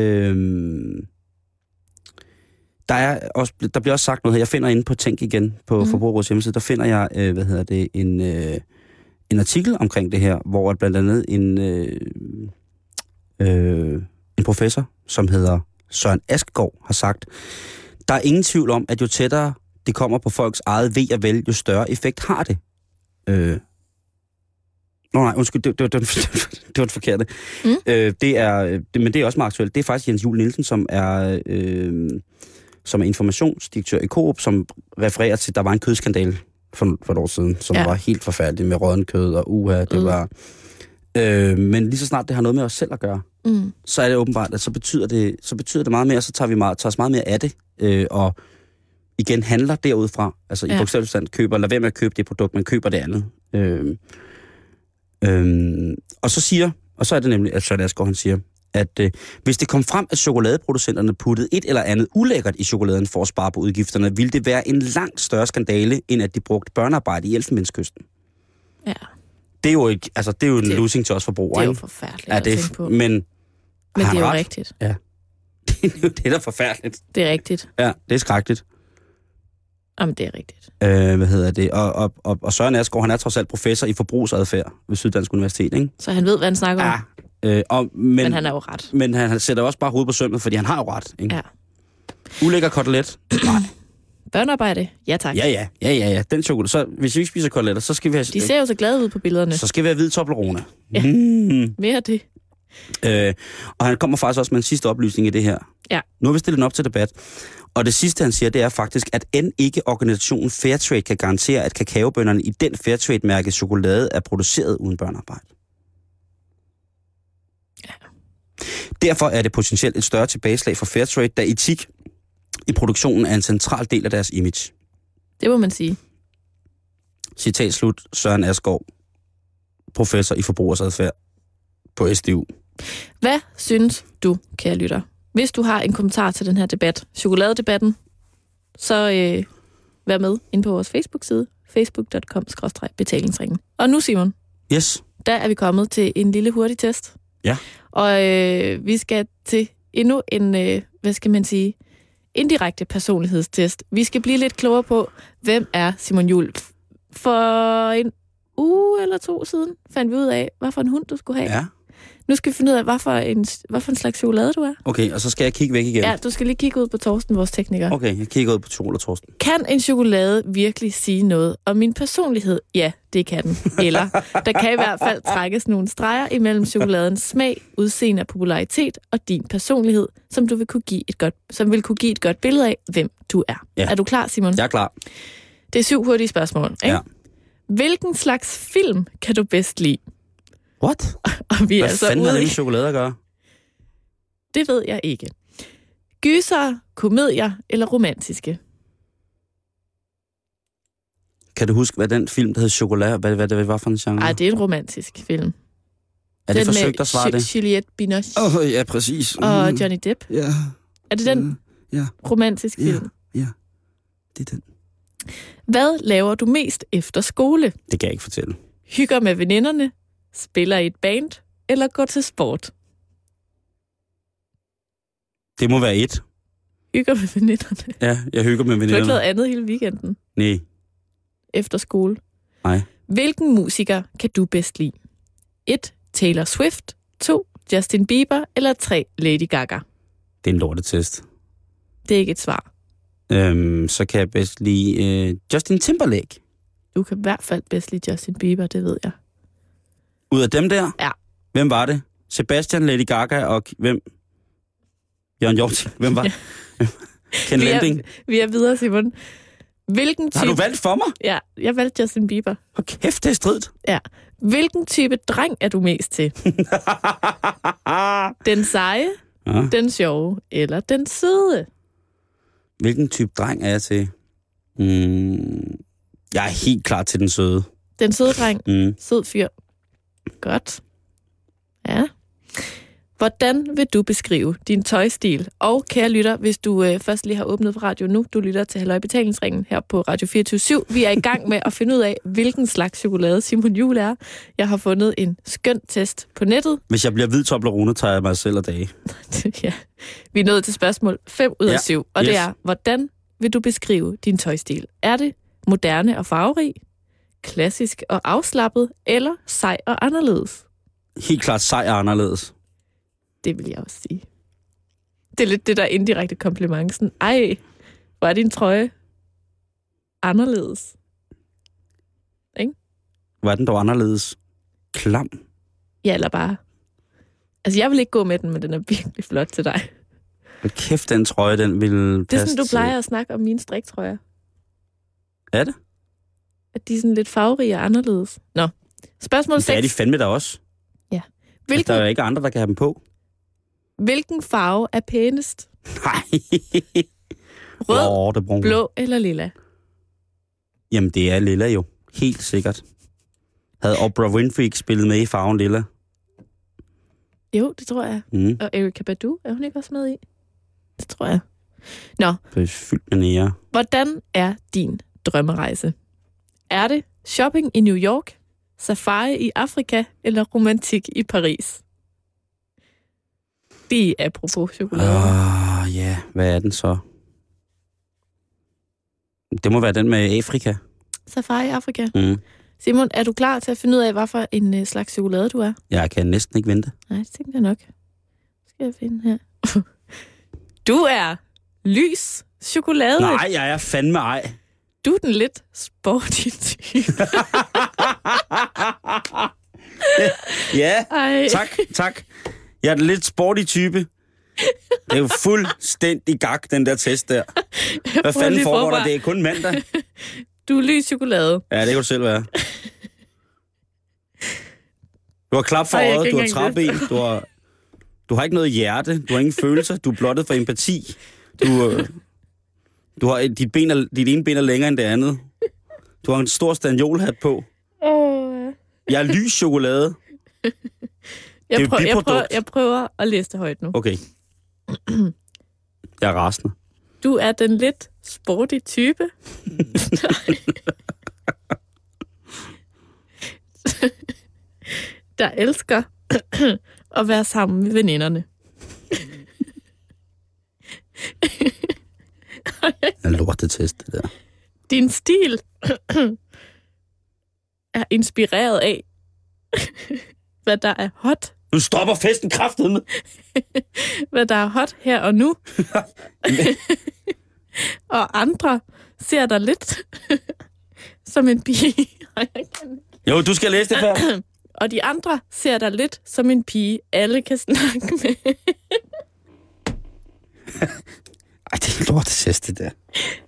Der bliver også sagt noget her. Jeg finder inde på Tænk igen på Forbrugerrådets hjemmeside, der finder jeg, en artikel omkring det her, hvor blandt andet en professor, som hedder Søren Askegaard, har sagt, der er ingen tvivl om, at jo tættere det kommer på folks eget ve og vel, jo større effekt har det. Nej, undskyld, det var det forkerte. Men det er også meget aktuelt. Det er faktisk Jens Juel Nielsen, som er informationsdirektør i Coop, som refererer til, at der var en kødskandale for et år siden, som var helt forfærdelig med rådden kød og det var... men lige så snart det har noget med os selv at gøre, så er det åbenbart, at så betyder det meget mere, så tager os meget mere af det, og igen handler derudfra. Altså i bogstavelig forstand lad være med at købe det produkt, man køber det andet. Og så er det nemlig, at Søren Asgaard, han siger, at hvis det kom frem, at chokoladeproducenterne puttede et eller andet ulækkert i chokoladen for at spare på udgifterne, ville det være en langt større skandale, end at de brugte børnearbejde i Elfenbenskysten. Ja. Det er jo ikke, altså det er jo en losing til os forbrugere. Det er jo forfærdeligt at tænke på. Men det er jo rigtigt. Ja. Det er da forfærdeligt. Det er rigtigt. Ja, det er skrækkeligt. Jamen, det er rigtigt. Hvad hedder det? Og Søren Asgaard, han er trods alt professor i forbrugsadfærd ved Syddansk Universitet, ikke? Så han ved, hvad han snakker om. Ja. Men han er jo ret. Men han sætter også bare hovedet på sømmet, fordi han har jo ret, ikke? Ja. Ulækker kotelet? Nej. Børnearbejde? Ja, tak. Ja. Den chokolade. Så hvis vi ikke spiser koteletter, så skal vi have... De ser jo så glade ud på billederne. Så skal vi have hvid Toblerone. Ja, mere det. Og han kommer faktisk også med en sidste oplysning i det her. Ja. Nu har vi stillet den op til debat. Og det sidste, han siger, det er faktisk, at end ikke organisationen Fairtrade kan garantere, at kakaobønnerne i den Fairtrade-mærket chokolade er produceret uden børnearbejde. Ja. Derfor er det potentielt et større tilbageslag for Fairtrade, da etik i produktionen er en central del af deres image. Det må man sige. Citat slut, Søren Asgaard, professor i forbrugersadfærd på SDU. Hvad synes du, kære lytter? Hvis du har en kommentar til den her debat, chokoladedebatten, så vær med inde på vores Facebook-side, facebook.com/betalingsringen. Og nu, Simon, yes. Der er vi kommet til en lille hurtig test. Ja. Og vi skal til endnu en, hvad skal man sige, indirekte personlighedstest. Vi skal blive lidt klogere på, hvem er Simon Juel. For en uge eller 2 siden fandt vi ud af, hvad for en hund du skulle have. Ja. Nu skal vi finde ud af, hvad for en slags chokolade du er. Okay, og så skal jeg kigge væk igen. Ja, du skal lige kigge ud på Torsten, vores tekniker. Okay, jeg kigger ud på Sol og Torsten. Kan en chokolade virkelig sige noget om min personlighed? Ja, det kan den. Eller der kan i hvert fald trækkes nogle streger imellem chokoladens smag, udseende og popularitet og din personlighed, som vil kunne give et godt billede af, hvem du er. Ja. Er du klar, Simon? Jeg er klar. Det er 7 hurtige spørgsmål, ikke? Ja. Hvilken slags film kan du bedst lide? What? Og vi hvad fanden har det med chokolade at gøre? Det ved jeg ikke. Gyser, komedier eller romantiske? Kan du huske, hvad den film, der hed Chokolade, hvad det var for en genre? Nej, det er en romantisk film. Er det forsøgt at svare det? Juliette Binoche. Ja, præcis. Og Johnny Depp. Ja. Er det den romantiske film? Ja, det er den. Hvad laver du mest efter skole? Det kan jeg ikke fortælle. Hygger med veninderne, spiller i et band eller går til sport? Det må være et. Hygger med veninderne. Ja, jeg hygger med veninderne. Du har ikke lavet andet hele weekenden? Nej. Efter skole? Nej. Hvilken musiker kan du bedst lide? 1. Taylor Swift. 2. Justin Bieber. Eller 3. Lady Gaga? Det er en lortetest. Det er ikke et svar. Så kan jeg bedst lide Justin Timberlake. Du kan i hvert fald bedst lide Justin Bieber, det ved jeg. Ud af dem der? Ja. Hvem var det? Sebastian, Lady Gaga og hvem? Jørgen Hjorting. Hvem var det? Ken Lending. Vi er videre, Simon. Hvilken type... Har du valgt for mig? Ja, jeg valgte Justin Bieber. Hold kæft, det er stridt. Ja. Hvilken type dreng er du mest til? Den seje, den sjove eller den søde? Hvilken type dreng er jeg til? Jeg er helt klar til den søde. Den søde dreng? Sød fyr. Godt. Ja. Hvordan vil du beskrive din tøjstil? Og kære lytter, hvis du først lige har åbnet for radio nu, du lytter til Halløj Betalingsringen her på Radio 24/7. Vi er i gang med at finde ud af, hvilken slags chokolade Simon Juhl er. Jeg har fundet en skøn test på nettet. Hvis jeg bliver hvid Toblerone, tager jeg mig selv af dage. Ja. Vi er nået til spørgsmål 5 ud af 7, og det er, hvordan vil du beskrive din tøjstil? Er det moderne og farverig, klassisk og afslappet, eller sej og anderledes? Helt klart sej og anderledes. Det vil jeg også sige. Det er lidt det der indirekte kompliment. Sådan, ej, hvor er din trøje anderledes? Ikke? Hvor er den dog anderledes? Klam. Ja, eller bare... Altså, jeg vil ikke gå med den, men den er virkelig flot til dig. Hvor kæft, den trøje, den vil passe. Det er sådan, du plejer at snakke om mine striktrøjer. Er det? At de er sådan lidt farverige og anderledes. Nå. Spørgsmål 6. Det er de fandme der også. Ja. Altså, der er jo ikke andre, der kan have dem på. Hvilken farve er pænest? Nej. Rød, blå eller lilla? Jamen, det er lilla jo. Helt sikkert. Havde Oprah Winfrey ikke spillet med i farven lilla? Jo, det tror jeg. Og Erykah Badu, er hun ikke også med i? Det tror jeg. Nå. Det er fyldt med nære. Hvordan er din drømmerejse? Er det shopping i New York, safari i Afrika eller romantik i Paris? Det er apropos chokolade. Ja, hvad er den så? Det må være den med Afrika. Safari i Afrika. Simon, er du klar til at finde ud af, hvad for en slags chokolade du er? Jeg kan næsten ikke vente. Nej, det tænker jeg nok. Skal jeg finde her? Du er lys chokolade. Nej, jeg er fandme ej. Du er den lidt sporty type. Ja, tak. Jeg er den lidt sporty type. Det er jo fuldstændig gak, den der test der. Hvad fanden foregår der? Det er kun mandag. Du er lys chokolade. Ja, det kan du selv være. Du har klap for øjet, du har træben, du har ikke noget hjerte, du har ingen følelser, du er blottet for empati. Du har dit ene ben er længere end det andet. Du har en stor stanjolhat på. Jeg er lys chokolade. Jeg prøver at læse det højt nu. Okay. Jeg er rasende. Du er den lidt sporty type. Der elsker at være sammen med veninderne. En lortetest, det der. Din stil er inspireret af, hvad der er hot. Nu stopper festen kraftedeme. Hvad der er hot her og nu. Og andre ser dig lidt som en pige. Jo, du skal læse det før. Og de andre ser dig lidt som en pige, alle kan snakke med. Ej, det er en lortetest, det der.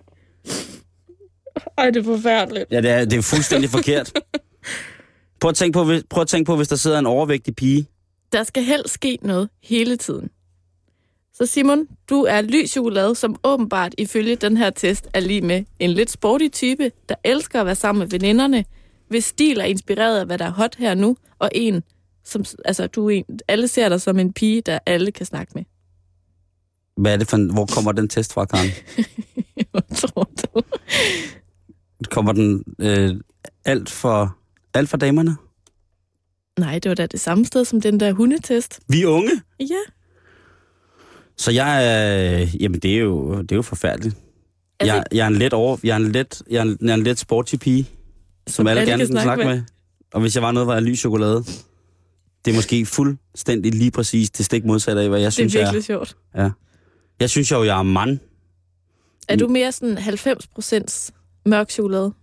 Ej, det er forfærdeligt. Ja, det er fuldstændig forkert. Prøv at tænke på, hvis der sidder en overvægtig pige. Der skal helst ske noget hele tiden. Så Simon, du er lys chokolade, som åbenbart ifølge den her test er lige med en lidt sporty type, der elsker at være sammen med veninderne, hvis stil er inspireret af, hvad der er hot her nu, og en, Alle ser dig som en pige, der alle kan snakke med. Hvad er det for hvor kommer den test fra, Karen? Hvad tror du? Kommer den alt for damerne? Nej, det var da det samme sted som den der hundetest. Vi er unge? Ja. Så jeg er... Jamen, det er jo forfærdeligt. Altså, jeg er en let sporty pige, som alle gerne kan snakke med. Og hvis jeg var noget, var jeg lys chokolade. Det er måske fuldstændig lige præcis det stik modsatte af, hvad jeg synes, jeg er. Det er virkelig sjovt. Ja. Jeg synes jo, jeg er mand. Er du mere sådan 90% mørk chokolade?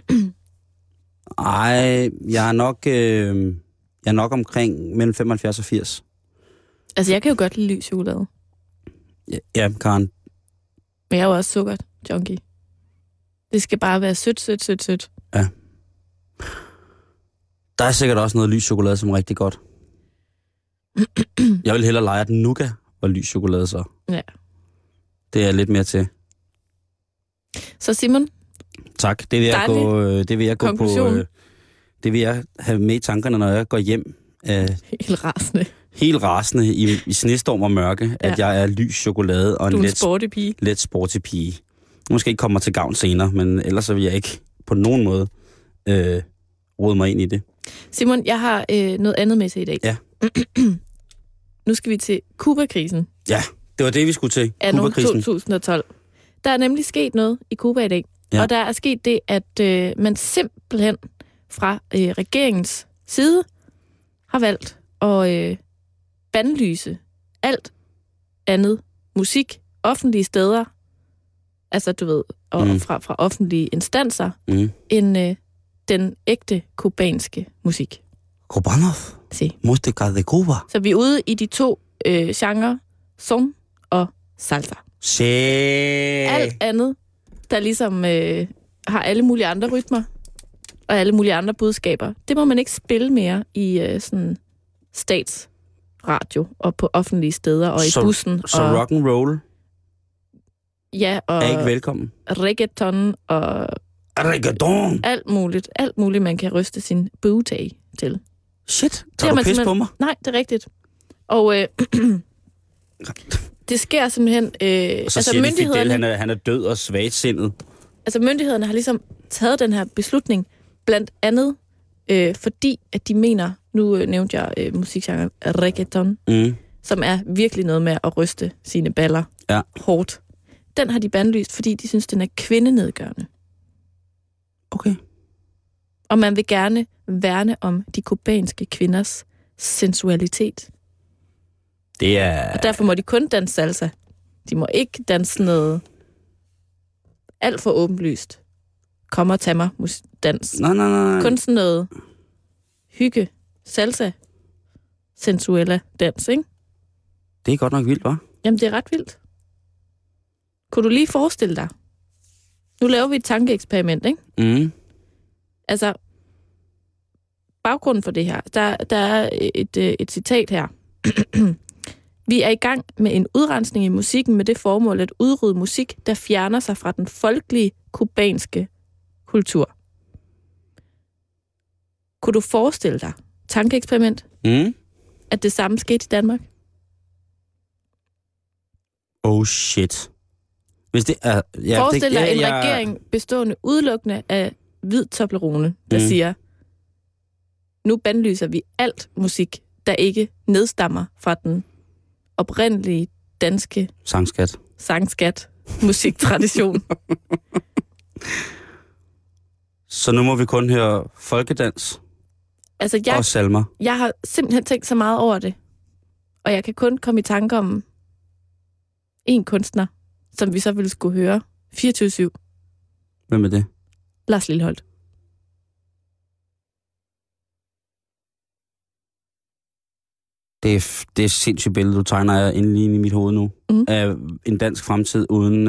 Ej, jeg er nok omkring mellem 75 og 80. Altså, jeg kan jo godt lide lys chokolade. Ja, Karen. Men jeg er jo også sukker-junkie. Det skal bare være sødt. Ja. Der er sikkert også noget lys chokolade, som er rigtig godt. Jeg vil hellere lege, at nougat var lys chokolade så. Ja. Det er lidt mere til. Så Simon? Tak. Det vil jeg gå på. Det vil jeg have med i tankerne, når jeg går hjem. Helt rasende i snestorm og mørke, at jeg er lys chokolade og en let sporty pige. Måske ikke kommer til gavn senere, men ellers så vil jeg ikke på nogen måde rode mig ind i det. Simon, jeg har noget andet med til i dag. Ja. Nu skal vi til Cuba-krisen. Ja, det var det, vi skulle til. Anno 2012. Der er nemlig sket noget i Cuba i dag. Ja. Og der er sket det, at man simpelthen fra regeringens side har valgt at bandlyse alt andet musik, offentlige steder, altså du ved, og fra offentlige instanser, end den ægte kubanske musik. Cubanos? Sí. Música de Cuba. Så vi er ude i de to genrer, son og salsa. Sí. Alt andet, der ligesom har alle mulige andre rytmer og alle mulige andre budskaber, det må man ikke spille mere i sådan statsradio og på offentlige steder og i bussen. Så rock and roll? Ja, og er ikke velkommen. Reggaeton og alt muligt, man kan ryste sin bootag til. Shit, tager du pis på mig? Nej, det er rigtigt. Og det sker simpelthen... og så altså siger Fidel, han er død og svagsindet. Altså myndighederne har ligesom taget den her beslutning, blandt andet fordi, at de mener, nu nævnte jeg musikgenren reggaeton, som er virkelig noget med at ryste sine baller hårdt. Den har de bandlyst, fordi de synes, den er kvindenedgørende. Okay. Og man vil gerne værne om de kubanske kvinders sensualitet. Det er... Og derfor må de kun danse salsa. De må ikke danse noget alt for åbenlyst. Kom og tag mig dans. Nej. Kun sådan noget hygge, salsa, sensuella dans, ikke? Det er godt nok vildt, hva'? Jamen, det er ret vildt. Kunne du lige forestille dig? Nu laver vi et tankeeksperiment, ikke? Altså, baggrunden for det her, der er et citat her. Vi er i gang med en udrensning i musikken med det formål at udrydde musik, der fjerner sig fra den folkelige kubanske kultur. Kunne du forestille dig, tankeeksperiment, at det samme skete i Danmark? Oh shit. Hvis det er... Ja, forestil dig en regering bestående udelukkende af hvid Toblerone, der siger, nu bandlyser vi alt musik, der ikke nedstammer fra den oprindelige danske sangskat musiktradition. Så nu må vi kun høre folkedans og salmer. Jeg har simpelthen tænkt så meget over det, og jeg kan kun komme i tanke om en kunstner, som vi så ville skulle høre 24/7. Hvem er det? Lars Lilholt. Det er et sindssygt billede, du tegner inde i mit hoved nu. Af en dansk fremtid uden...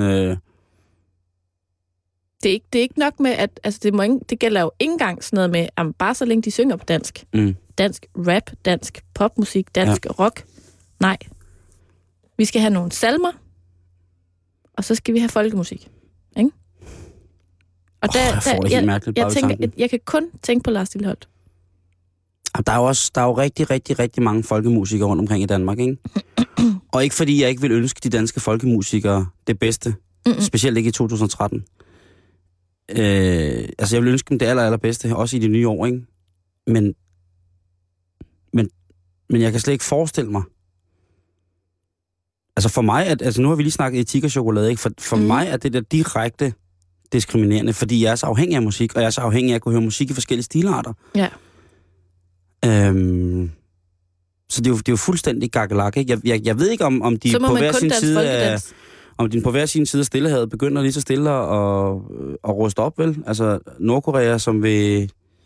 Det er ikke nok med, at altså det gælder jo ikke engang sådan noget med, at bare så længe de synger på dansk. Dansk rap, dansk popmusik, dansk rock. Nej. Vi skal have nogle salmer, og så skal vi have folkemusik. Ikke? Og jeg kan kun tænke på Lars Lilholt. Der er jo rigtig, rigtig, rigtig mange folkemusikere rundt omkring i Danmark, ikke? Og ikke fordi jeg ikke vil ønske de danske folkemusikere det bedste. Specielt ikke i 2013. Altså jeg vil ønske dem det allerbedste, også i det nye år, ikke? Men jeg kan slet ikke forestille mig. Altså for mig, nu har vi lige snakket etik og chokolade, ikke? For mig er det der direkte diskriminerende, fordi jeg er så afhængig af musik, og jeg er så afhængig af at kunne høre musik i forskellige stilarter. Ja. Så det er jo fuldstændig gakkelak, ikke? Jeg ved ikke, om de på hver sin side af... Om de på hver sin side af Stillehavet begynder lige så stille at ruste op, vel? Altså Nordkorea, som vil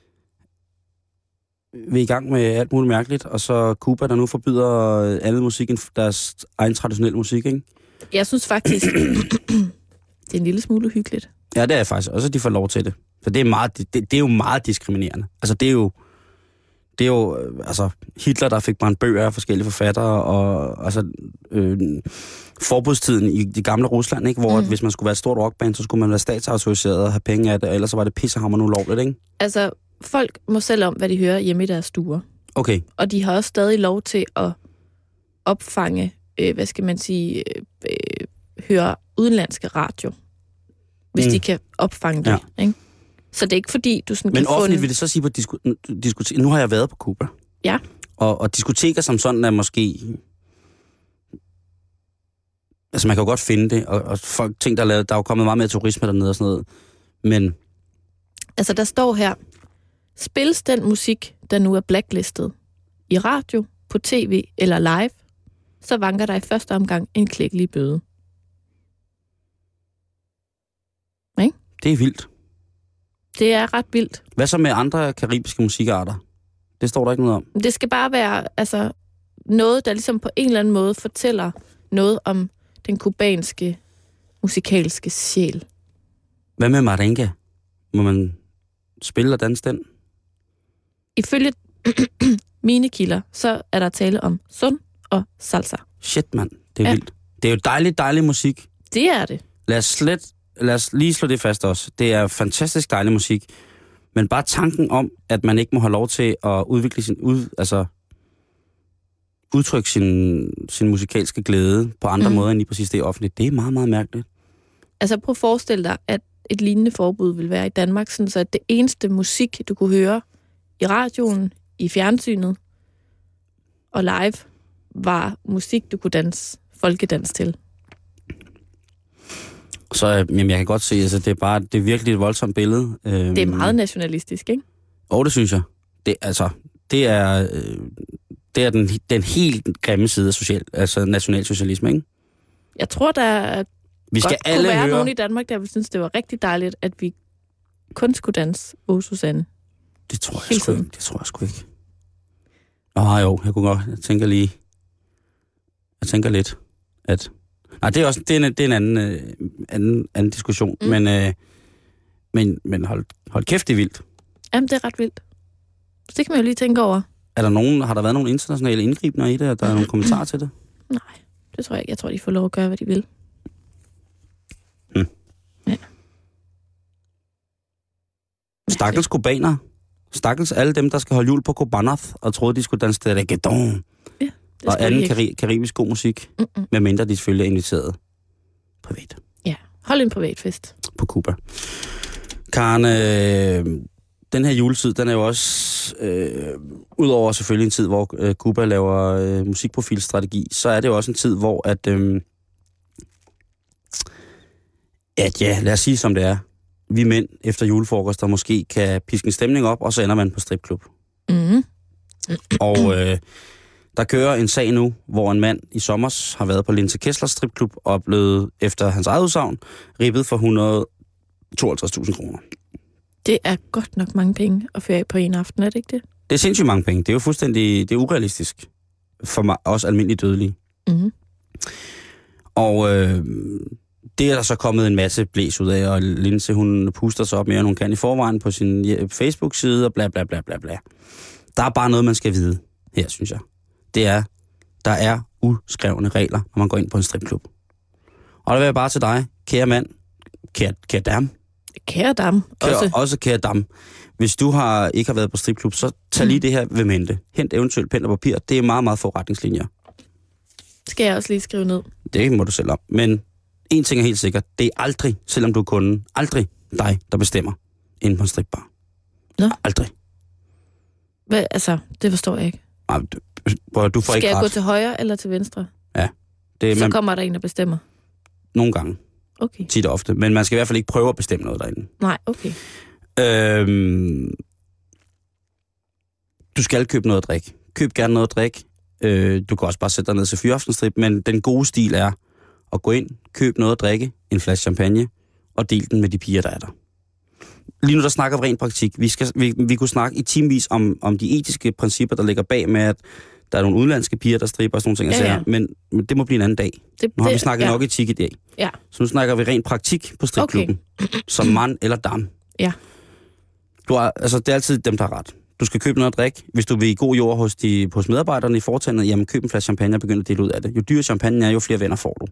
i gang med alt muligt mærkeligt, og så Cuba, der nu forbyder andet musik end deres egen traditionelle musik, ikke? Jeg synes faktisk, det er en lille smule uhyggeligt. Ja, det er faktisk også, at de får lov til det. For det er, det er jo meget diskriminerende. Altså det er jo altså Hitler, der fik brændt bøger af forskellige forfattere, og altså forbudstiden i det gamle Rusland, ikke? Hvor hvis man skulle være et stort rockband, så skulle man være statsautoriseret og have penge af det, og ellers så var det pissehammer ulovligt, ikke? Altså, folk må selv om, hvad de hører hjemme i deres stuer. Okay. Og de har også stadig lov til at opfange, høre udenlandske radio, hvis de kan opfange det, ikke? Så det er ikke fordi, du sådan kan få... Men offentligt vil det så sige på diskotek... Nu har jeg været på Cuba. Ja. Og diskoteker som sådan er måske... Altså man kan jo godt finde det, og folk ting, der er lavet... Der er jo kommet meget mere turisme dernede og sådan noget. Men... Altså der står her, spilles den musik, der nu er blacklistet i radio, på tv eller live, så vanker der i første omgang en klækkelig bøde. Ikke? Det er vildt. Det er ret vildt. Hvad så med andre karibiske musikarter? Det står der ikke noget om. Det skal bare være noget, der ligesom på en eller anden måde fortæller noget om den kubanske musikalske sjæl. Hvad med merengue? Må man spille og danse den? Ifølge mine kilder, så er der tale om son og salsa. Shit, mand. Det er vildt. Det er jo dejlig musik. Det er det. Lad os lige slå det fast også. Det er fantastisk dejlig musik. Men bare tanken om, at man ikke må have lov til at udvikle udtrykke sin musikalske glæde på andre måder end lige præcis det offentligt, det er meget, meget mærkeligt. Altså prøv at forestille dig, at et lignende forbud vil være i Danmark, sådan så at det eneste musik, du kunne høre i radioen, i fjernsynet og live, var musik, du kunne folkedans til. Så jeg kan godt se, altså det er virkelig et voldsomt billede. Det er meget nationalistisk, ikke? Det synes jeg. Det er den helt grimme side af nationalsocialisme, ikke? Jeg tror, der kunne være nogen i Danmark, der ville synes, det var rigtig dejligt, at vi kun skulle danse Susanne. Det tror jeg sgu ikke. Jo, jeg kunne godt. Jeg tænker lidt, at... Nej, det er en anden diskussion, men hold kæft, det er vildt. Jamen, det er ret vildt. Det kan man jo lige tænke over. Har der været nogle internationale indgribende i det, og der er nogle kommentarer til det? Nej, det tror jeg ikke. Jeg tror, de får lov at gøre, hvad de vil. Ja. Stakkels kubaner. Stakkels alle dem, der skal holde jul på Cubanath, og troede, de skulle danse reggaeton. Ja. Og anden karibisk god musik, medmindre de selvfølgelig er inviteret privat. Ja, hold en privatfest. På Cuba. Karen, den her juletid, den er jo også, udover selvfølgelig en tid, hvor Cuba laver musikprofilstrategi, så er det jo også en tid, hvor lad os sige som det er. Vi mænd efter julefrokoster måske kan piske en stemning op, og så ender man på stripklub. Og... der kører en sag nu, hvor en mand i sommers har været på Linse Kesslers stripklub og blevet, efter hans eget udsagn, ribbet for 152.000 kroner. Det er godt nok mange penge at føre på en aften, er det ikke det? Det er sindssygt mange penge. Det er jo fuldstændig urealistisk for mig, også almindeligt dødelige. Og det er der så kommet en masse blæs ud af, og Linse, hun puster sig op mere, end hun kan i forvejen på sin Facebook-side, og bla bla bla bla bla. Der er bare noget, man skal vide her, synes jeg. Der er uskrevne regler, når man går ind på en stripklub. Og der vil jeg bare til dig, kære mand, kære dame. Kære dame. Også kære dame. Hvis du ikke har været på stripklub, så tag lige det her ved mente. Hent eventuelt pen og papir. Det er meget, meget få retningslinjer. Skal jeg også lige skrive ned? Det må du selv om. Men en ting er helt sikkert. Det er aldrig, selvom du er kunden, aldrig dig, der bestemmer inde på en stripbar. Nå? Aldrig. Hvad, altså, det forstår jeg ikke. Nej, du får Skal ikke jeg ret. gå til højre eller til venstre? Ja. Så kommer der en, der bestemmer? Nogle gange. Okay. Tit og ofte. Men man skal i hvert fald ikke prøve at bestemme noget derinde. Nej, okay. Du skal købe noget at drikke. Køb gerne noget at drikke. Du kan også bare sætte dig ned til fyraftenstrip, men den gode stil er at gå ind, købe noget at drikke, en flaske champagne, og dele den med de piger, der er der. Lige nu der snakker vi ren praktik. Vi kunne snakke i timevis om de etiske principper, der ligger bag med, at der er nogle udenlandske piger, der stripper og sådan nogle ting. Ja. Men det må blive en anden dag. Nu har vi snakket nok etik i dag. Ja. Så nu snakker vi ren praktik på stripklubben. Okay. Som mand eller dam. Ja. Det er altid dem, der har ret. Du skal købe noget at drikke. Hvis du vil i god jord hos medarbejderne i foretagendet, jamen køb en flaske champagne og begynd at dele ud af det. Jo dyrere champagne er, jo flere venner får du.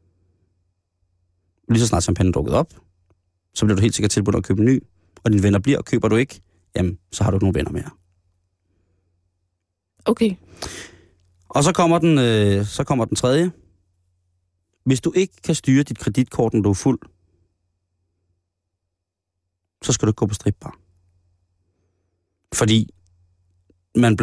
Lige så snart champagne er drukket op, så bliver du helt sikkert tilbudt at købe en ny, og dine venner bliver, og køber du ikke, jamen så har du ikke nogen venner mere. Okay. Og så kommer den tredje. Hvis du ikke kan styre dit kreditkort, når du er fuld, så skal du ikke gå på stripbar. Fordi man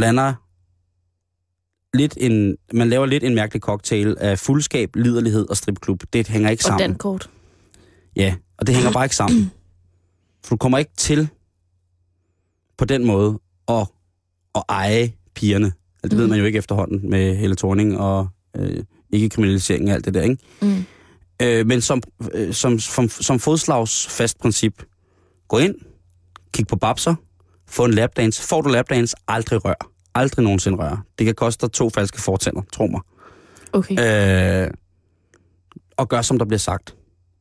laver lidt en mærkelig cocktail af fuldskab, liderlighed og stripklub. Det hænger ikke sammen. Og dankort. Ja, og det hænger bare ikke sammen. For du kommer ikke til på den måde at eje pigerne. Altså, det ved man jo ikke efterhånden med Helle Thorning og ikke-kriminalisering og alt det der, ikke? Men som fodslagsfast princip, gå ind, kig på babser, få en lapdance. Får du lapdance, aldrig rør. Aldrig nogensinde rør. Det kan koste dig 2 falske fortænder, tro mig. Okay. Og gør, som der bliver sagt.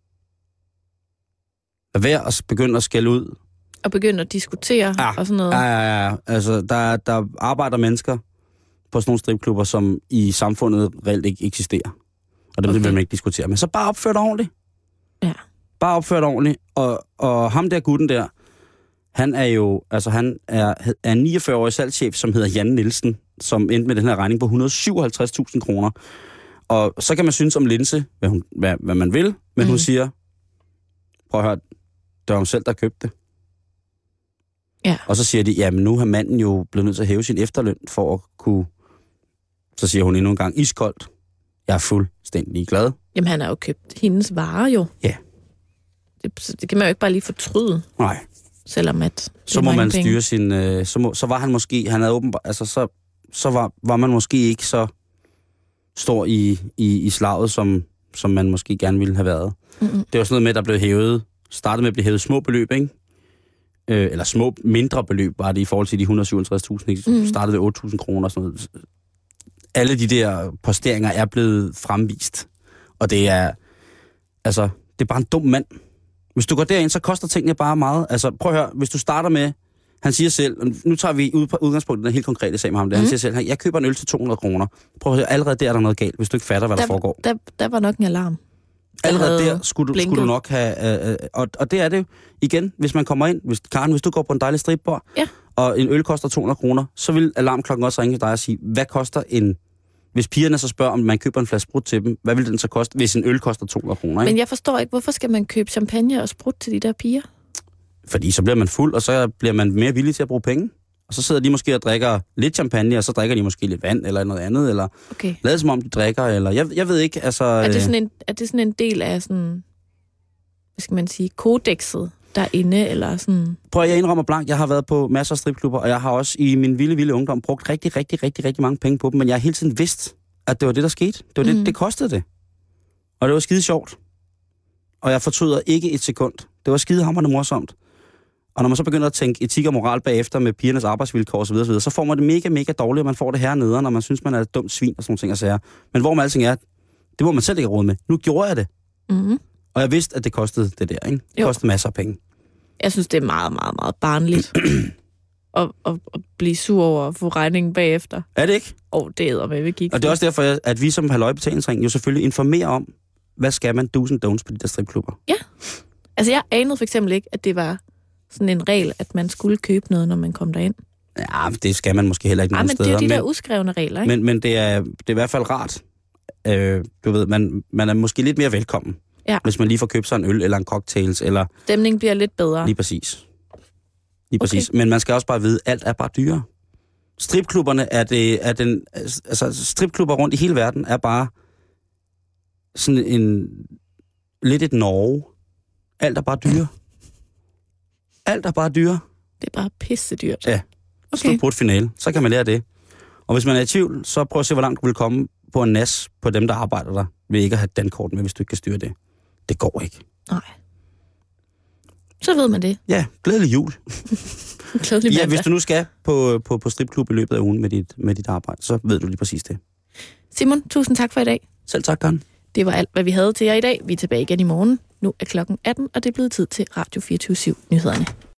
Lad være at begynde at skælde ud. Og begynde at diskutere og sådan noget. Ja. Altså, der arbejder mennesker på sådan nogle stripklubber, som i samfundet reelt ikke eksisterer. Og det vil man ikke diskutere. Men så bare opfør dig ordentligt. Ja. Bare opfør dig ordentligt. Og ham der gutten der, han er jo, altså han er en 49-årig salgschef, som hedder Jan Nielsen, som endte med den her regning på 157.000 kroner. Og så kan man synes om Linse, hvad man vil, men hun siger, prøv at høre, det var hun selv, der købte det. Ja. Og så siger de, jamen nu har manden jo blevet nødt til at hæve sin efterløn for at kunne, så siger hun endnu en gang, iskoldt, jeg er fuldstændig glad. Jamen han har jo købt hendes varer jo. Ja. Det kan man jo ikke bare lige fortryde. Nej. Selvom at så må man styre sin, så var han måske, han havde åbenbart, altså så var man måske ikke så stor i slaget, som man måske gerne ville have været. Mm-hmm. Det var sådan noget med, der blev startede med at blive hævet små beløb, ikke? Eller mindre beløb var det i forhold til de 157.000, startede ved 8.000 kroner og sådan noget. Alle de der posteringer er blevet fremvist. Og det er bare en dum mand. Hvis du går derind, så koster tingene bare meget. Altså prøv at høre, hvis du starter med, han siger selv, nu tager vi udgangspunkt i den helt konkrete sag med ham der, han siger selv, jeg køber en øl til 200 kroner. Prøv at høre, allerede der er der noget galt, hvis du ikke fatter, hvad der foregår. Der var nok en alarm. Allerede der skulle du nok have, og det er det jo. Igen, hvis man kommer ind, hvis du går på en dejlig stripbar, og en øl koster 200 kroner, så vil alarmklokken også ringe til dig og sige, hvad koster hvis pigerne så spørger, om man køber en flaske sprut til dem, hvad vil den så koste, hvis en øl koster 200 kroner? Ikke? Men jeg forstår ikke, hvorfor skal man købe champagne og sprut til de der piger? Fordi så bliver man fuld, og så bliver man mere villig til at bruge penge. Og så sidder de måske og drikker lidt champagne, og så drikker de måske lidt vand eller noget andet, eller lader som om de drikker, eller jeg ved ikke, altså... Er det sådan en del af sådan, hvad skal man sige, kodexet derinde, eller sådan... Prøv at jeg indrømmer blank, jeg har været på masser af stripklubber, og jeg har også i min vilde ungdom brugt rigtig mange penge på dem, men jeg har hele tiden vidst, at det var det, der skete. Det var det kostede det. Og det var skide sjovt. Og jeg fortryder ikke et sekund. Det var skide hamrende morsomt. Og når man så begynder at tænke etik og moral bagefter med pigernes arbejdsvilkår osv., så får man det mega dårligt, og man får det hernede, når man synes, man er et dumt svin og sådan nogle ting og sager. Men hvor man alting er, det må man selv ikke råde med. Nu gjorde jeg det. Mm-hmm. Og jeg vidste, at det kostede det der, ikke? Det kostede masser af penge. Jeg synes, det er meget barnligt at blive sur over at få regningen bagefter. Er det ikke? Det æder med, vi gik. Og det er også derfor, at vi som Halløj Betalingsring jo selvfølgelig informerer om, hvad skal man do's and don'ts på de der stripklubber. Ja. Altså, jeg anede for eksempel ikke, at det var sådan en regel, at man skulle købe noget, når man kom derind? Ja, det skal man måske heller ikke nogen steder. Men det er jo de der uskrevne regler, ikke? Men det er i hvert fald rart. Du ved, man er måske lidt mere velkommen, hvis man lige får købt sig en øl eller en cocktails. Eller stemningen bliver lidt bedre. Lige præcis. Men man skal også bare vide, at alt er bare dyrere. Stripklubberne stripklubber rundt i hele verden er bare sådan lidt et Norge. Alt er bare dyre. Alt er bare dyre. Det er bare pissedyrt. Ja. Okay. Stort finale. Så kan man lære det. Og hvis man er i tvivl, så prøv at se, hvor langt du vil komme på en nas på dem, der arbejder der, ved ikke at have dankort med, hvis du ikke kan styre det. Det går ikke. Nej. Så ved man det. Ja, glædelig jul. Glædelig mandag. Hvis du nu skal på stripklub i løbet af ugen med dit arbejde, så ved du lige præcis det. Simon, tusind tak for i dag. Selv tak, Karen. Det var alt, hvad vi havde til jer i dag. Vi er tilbage igen i morgen. Nu er klokken 18, og det er blevet tid til Radio 24/7 Nyhederne.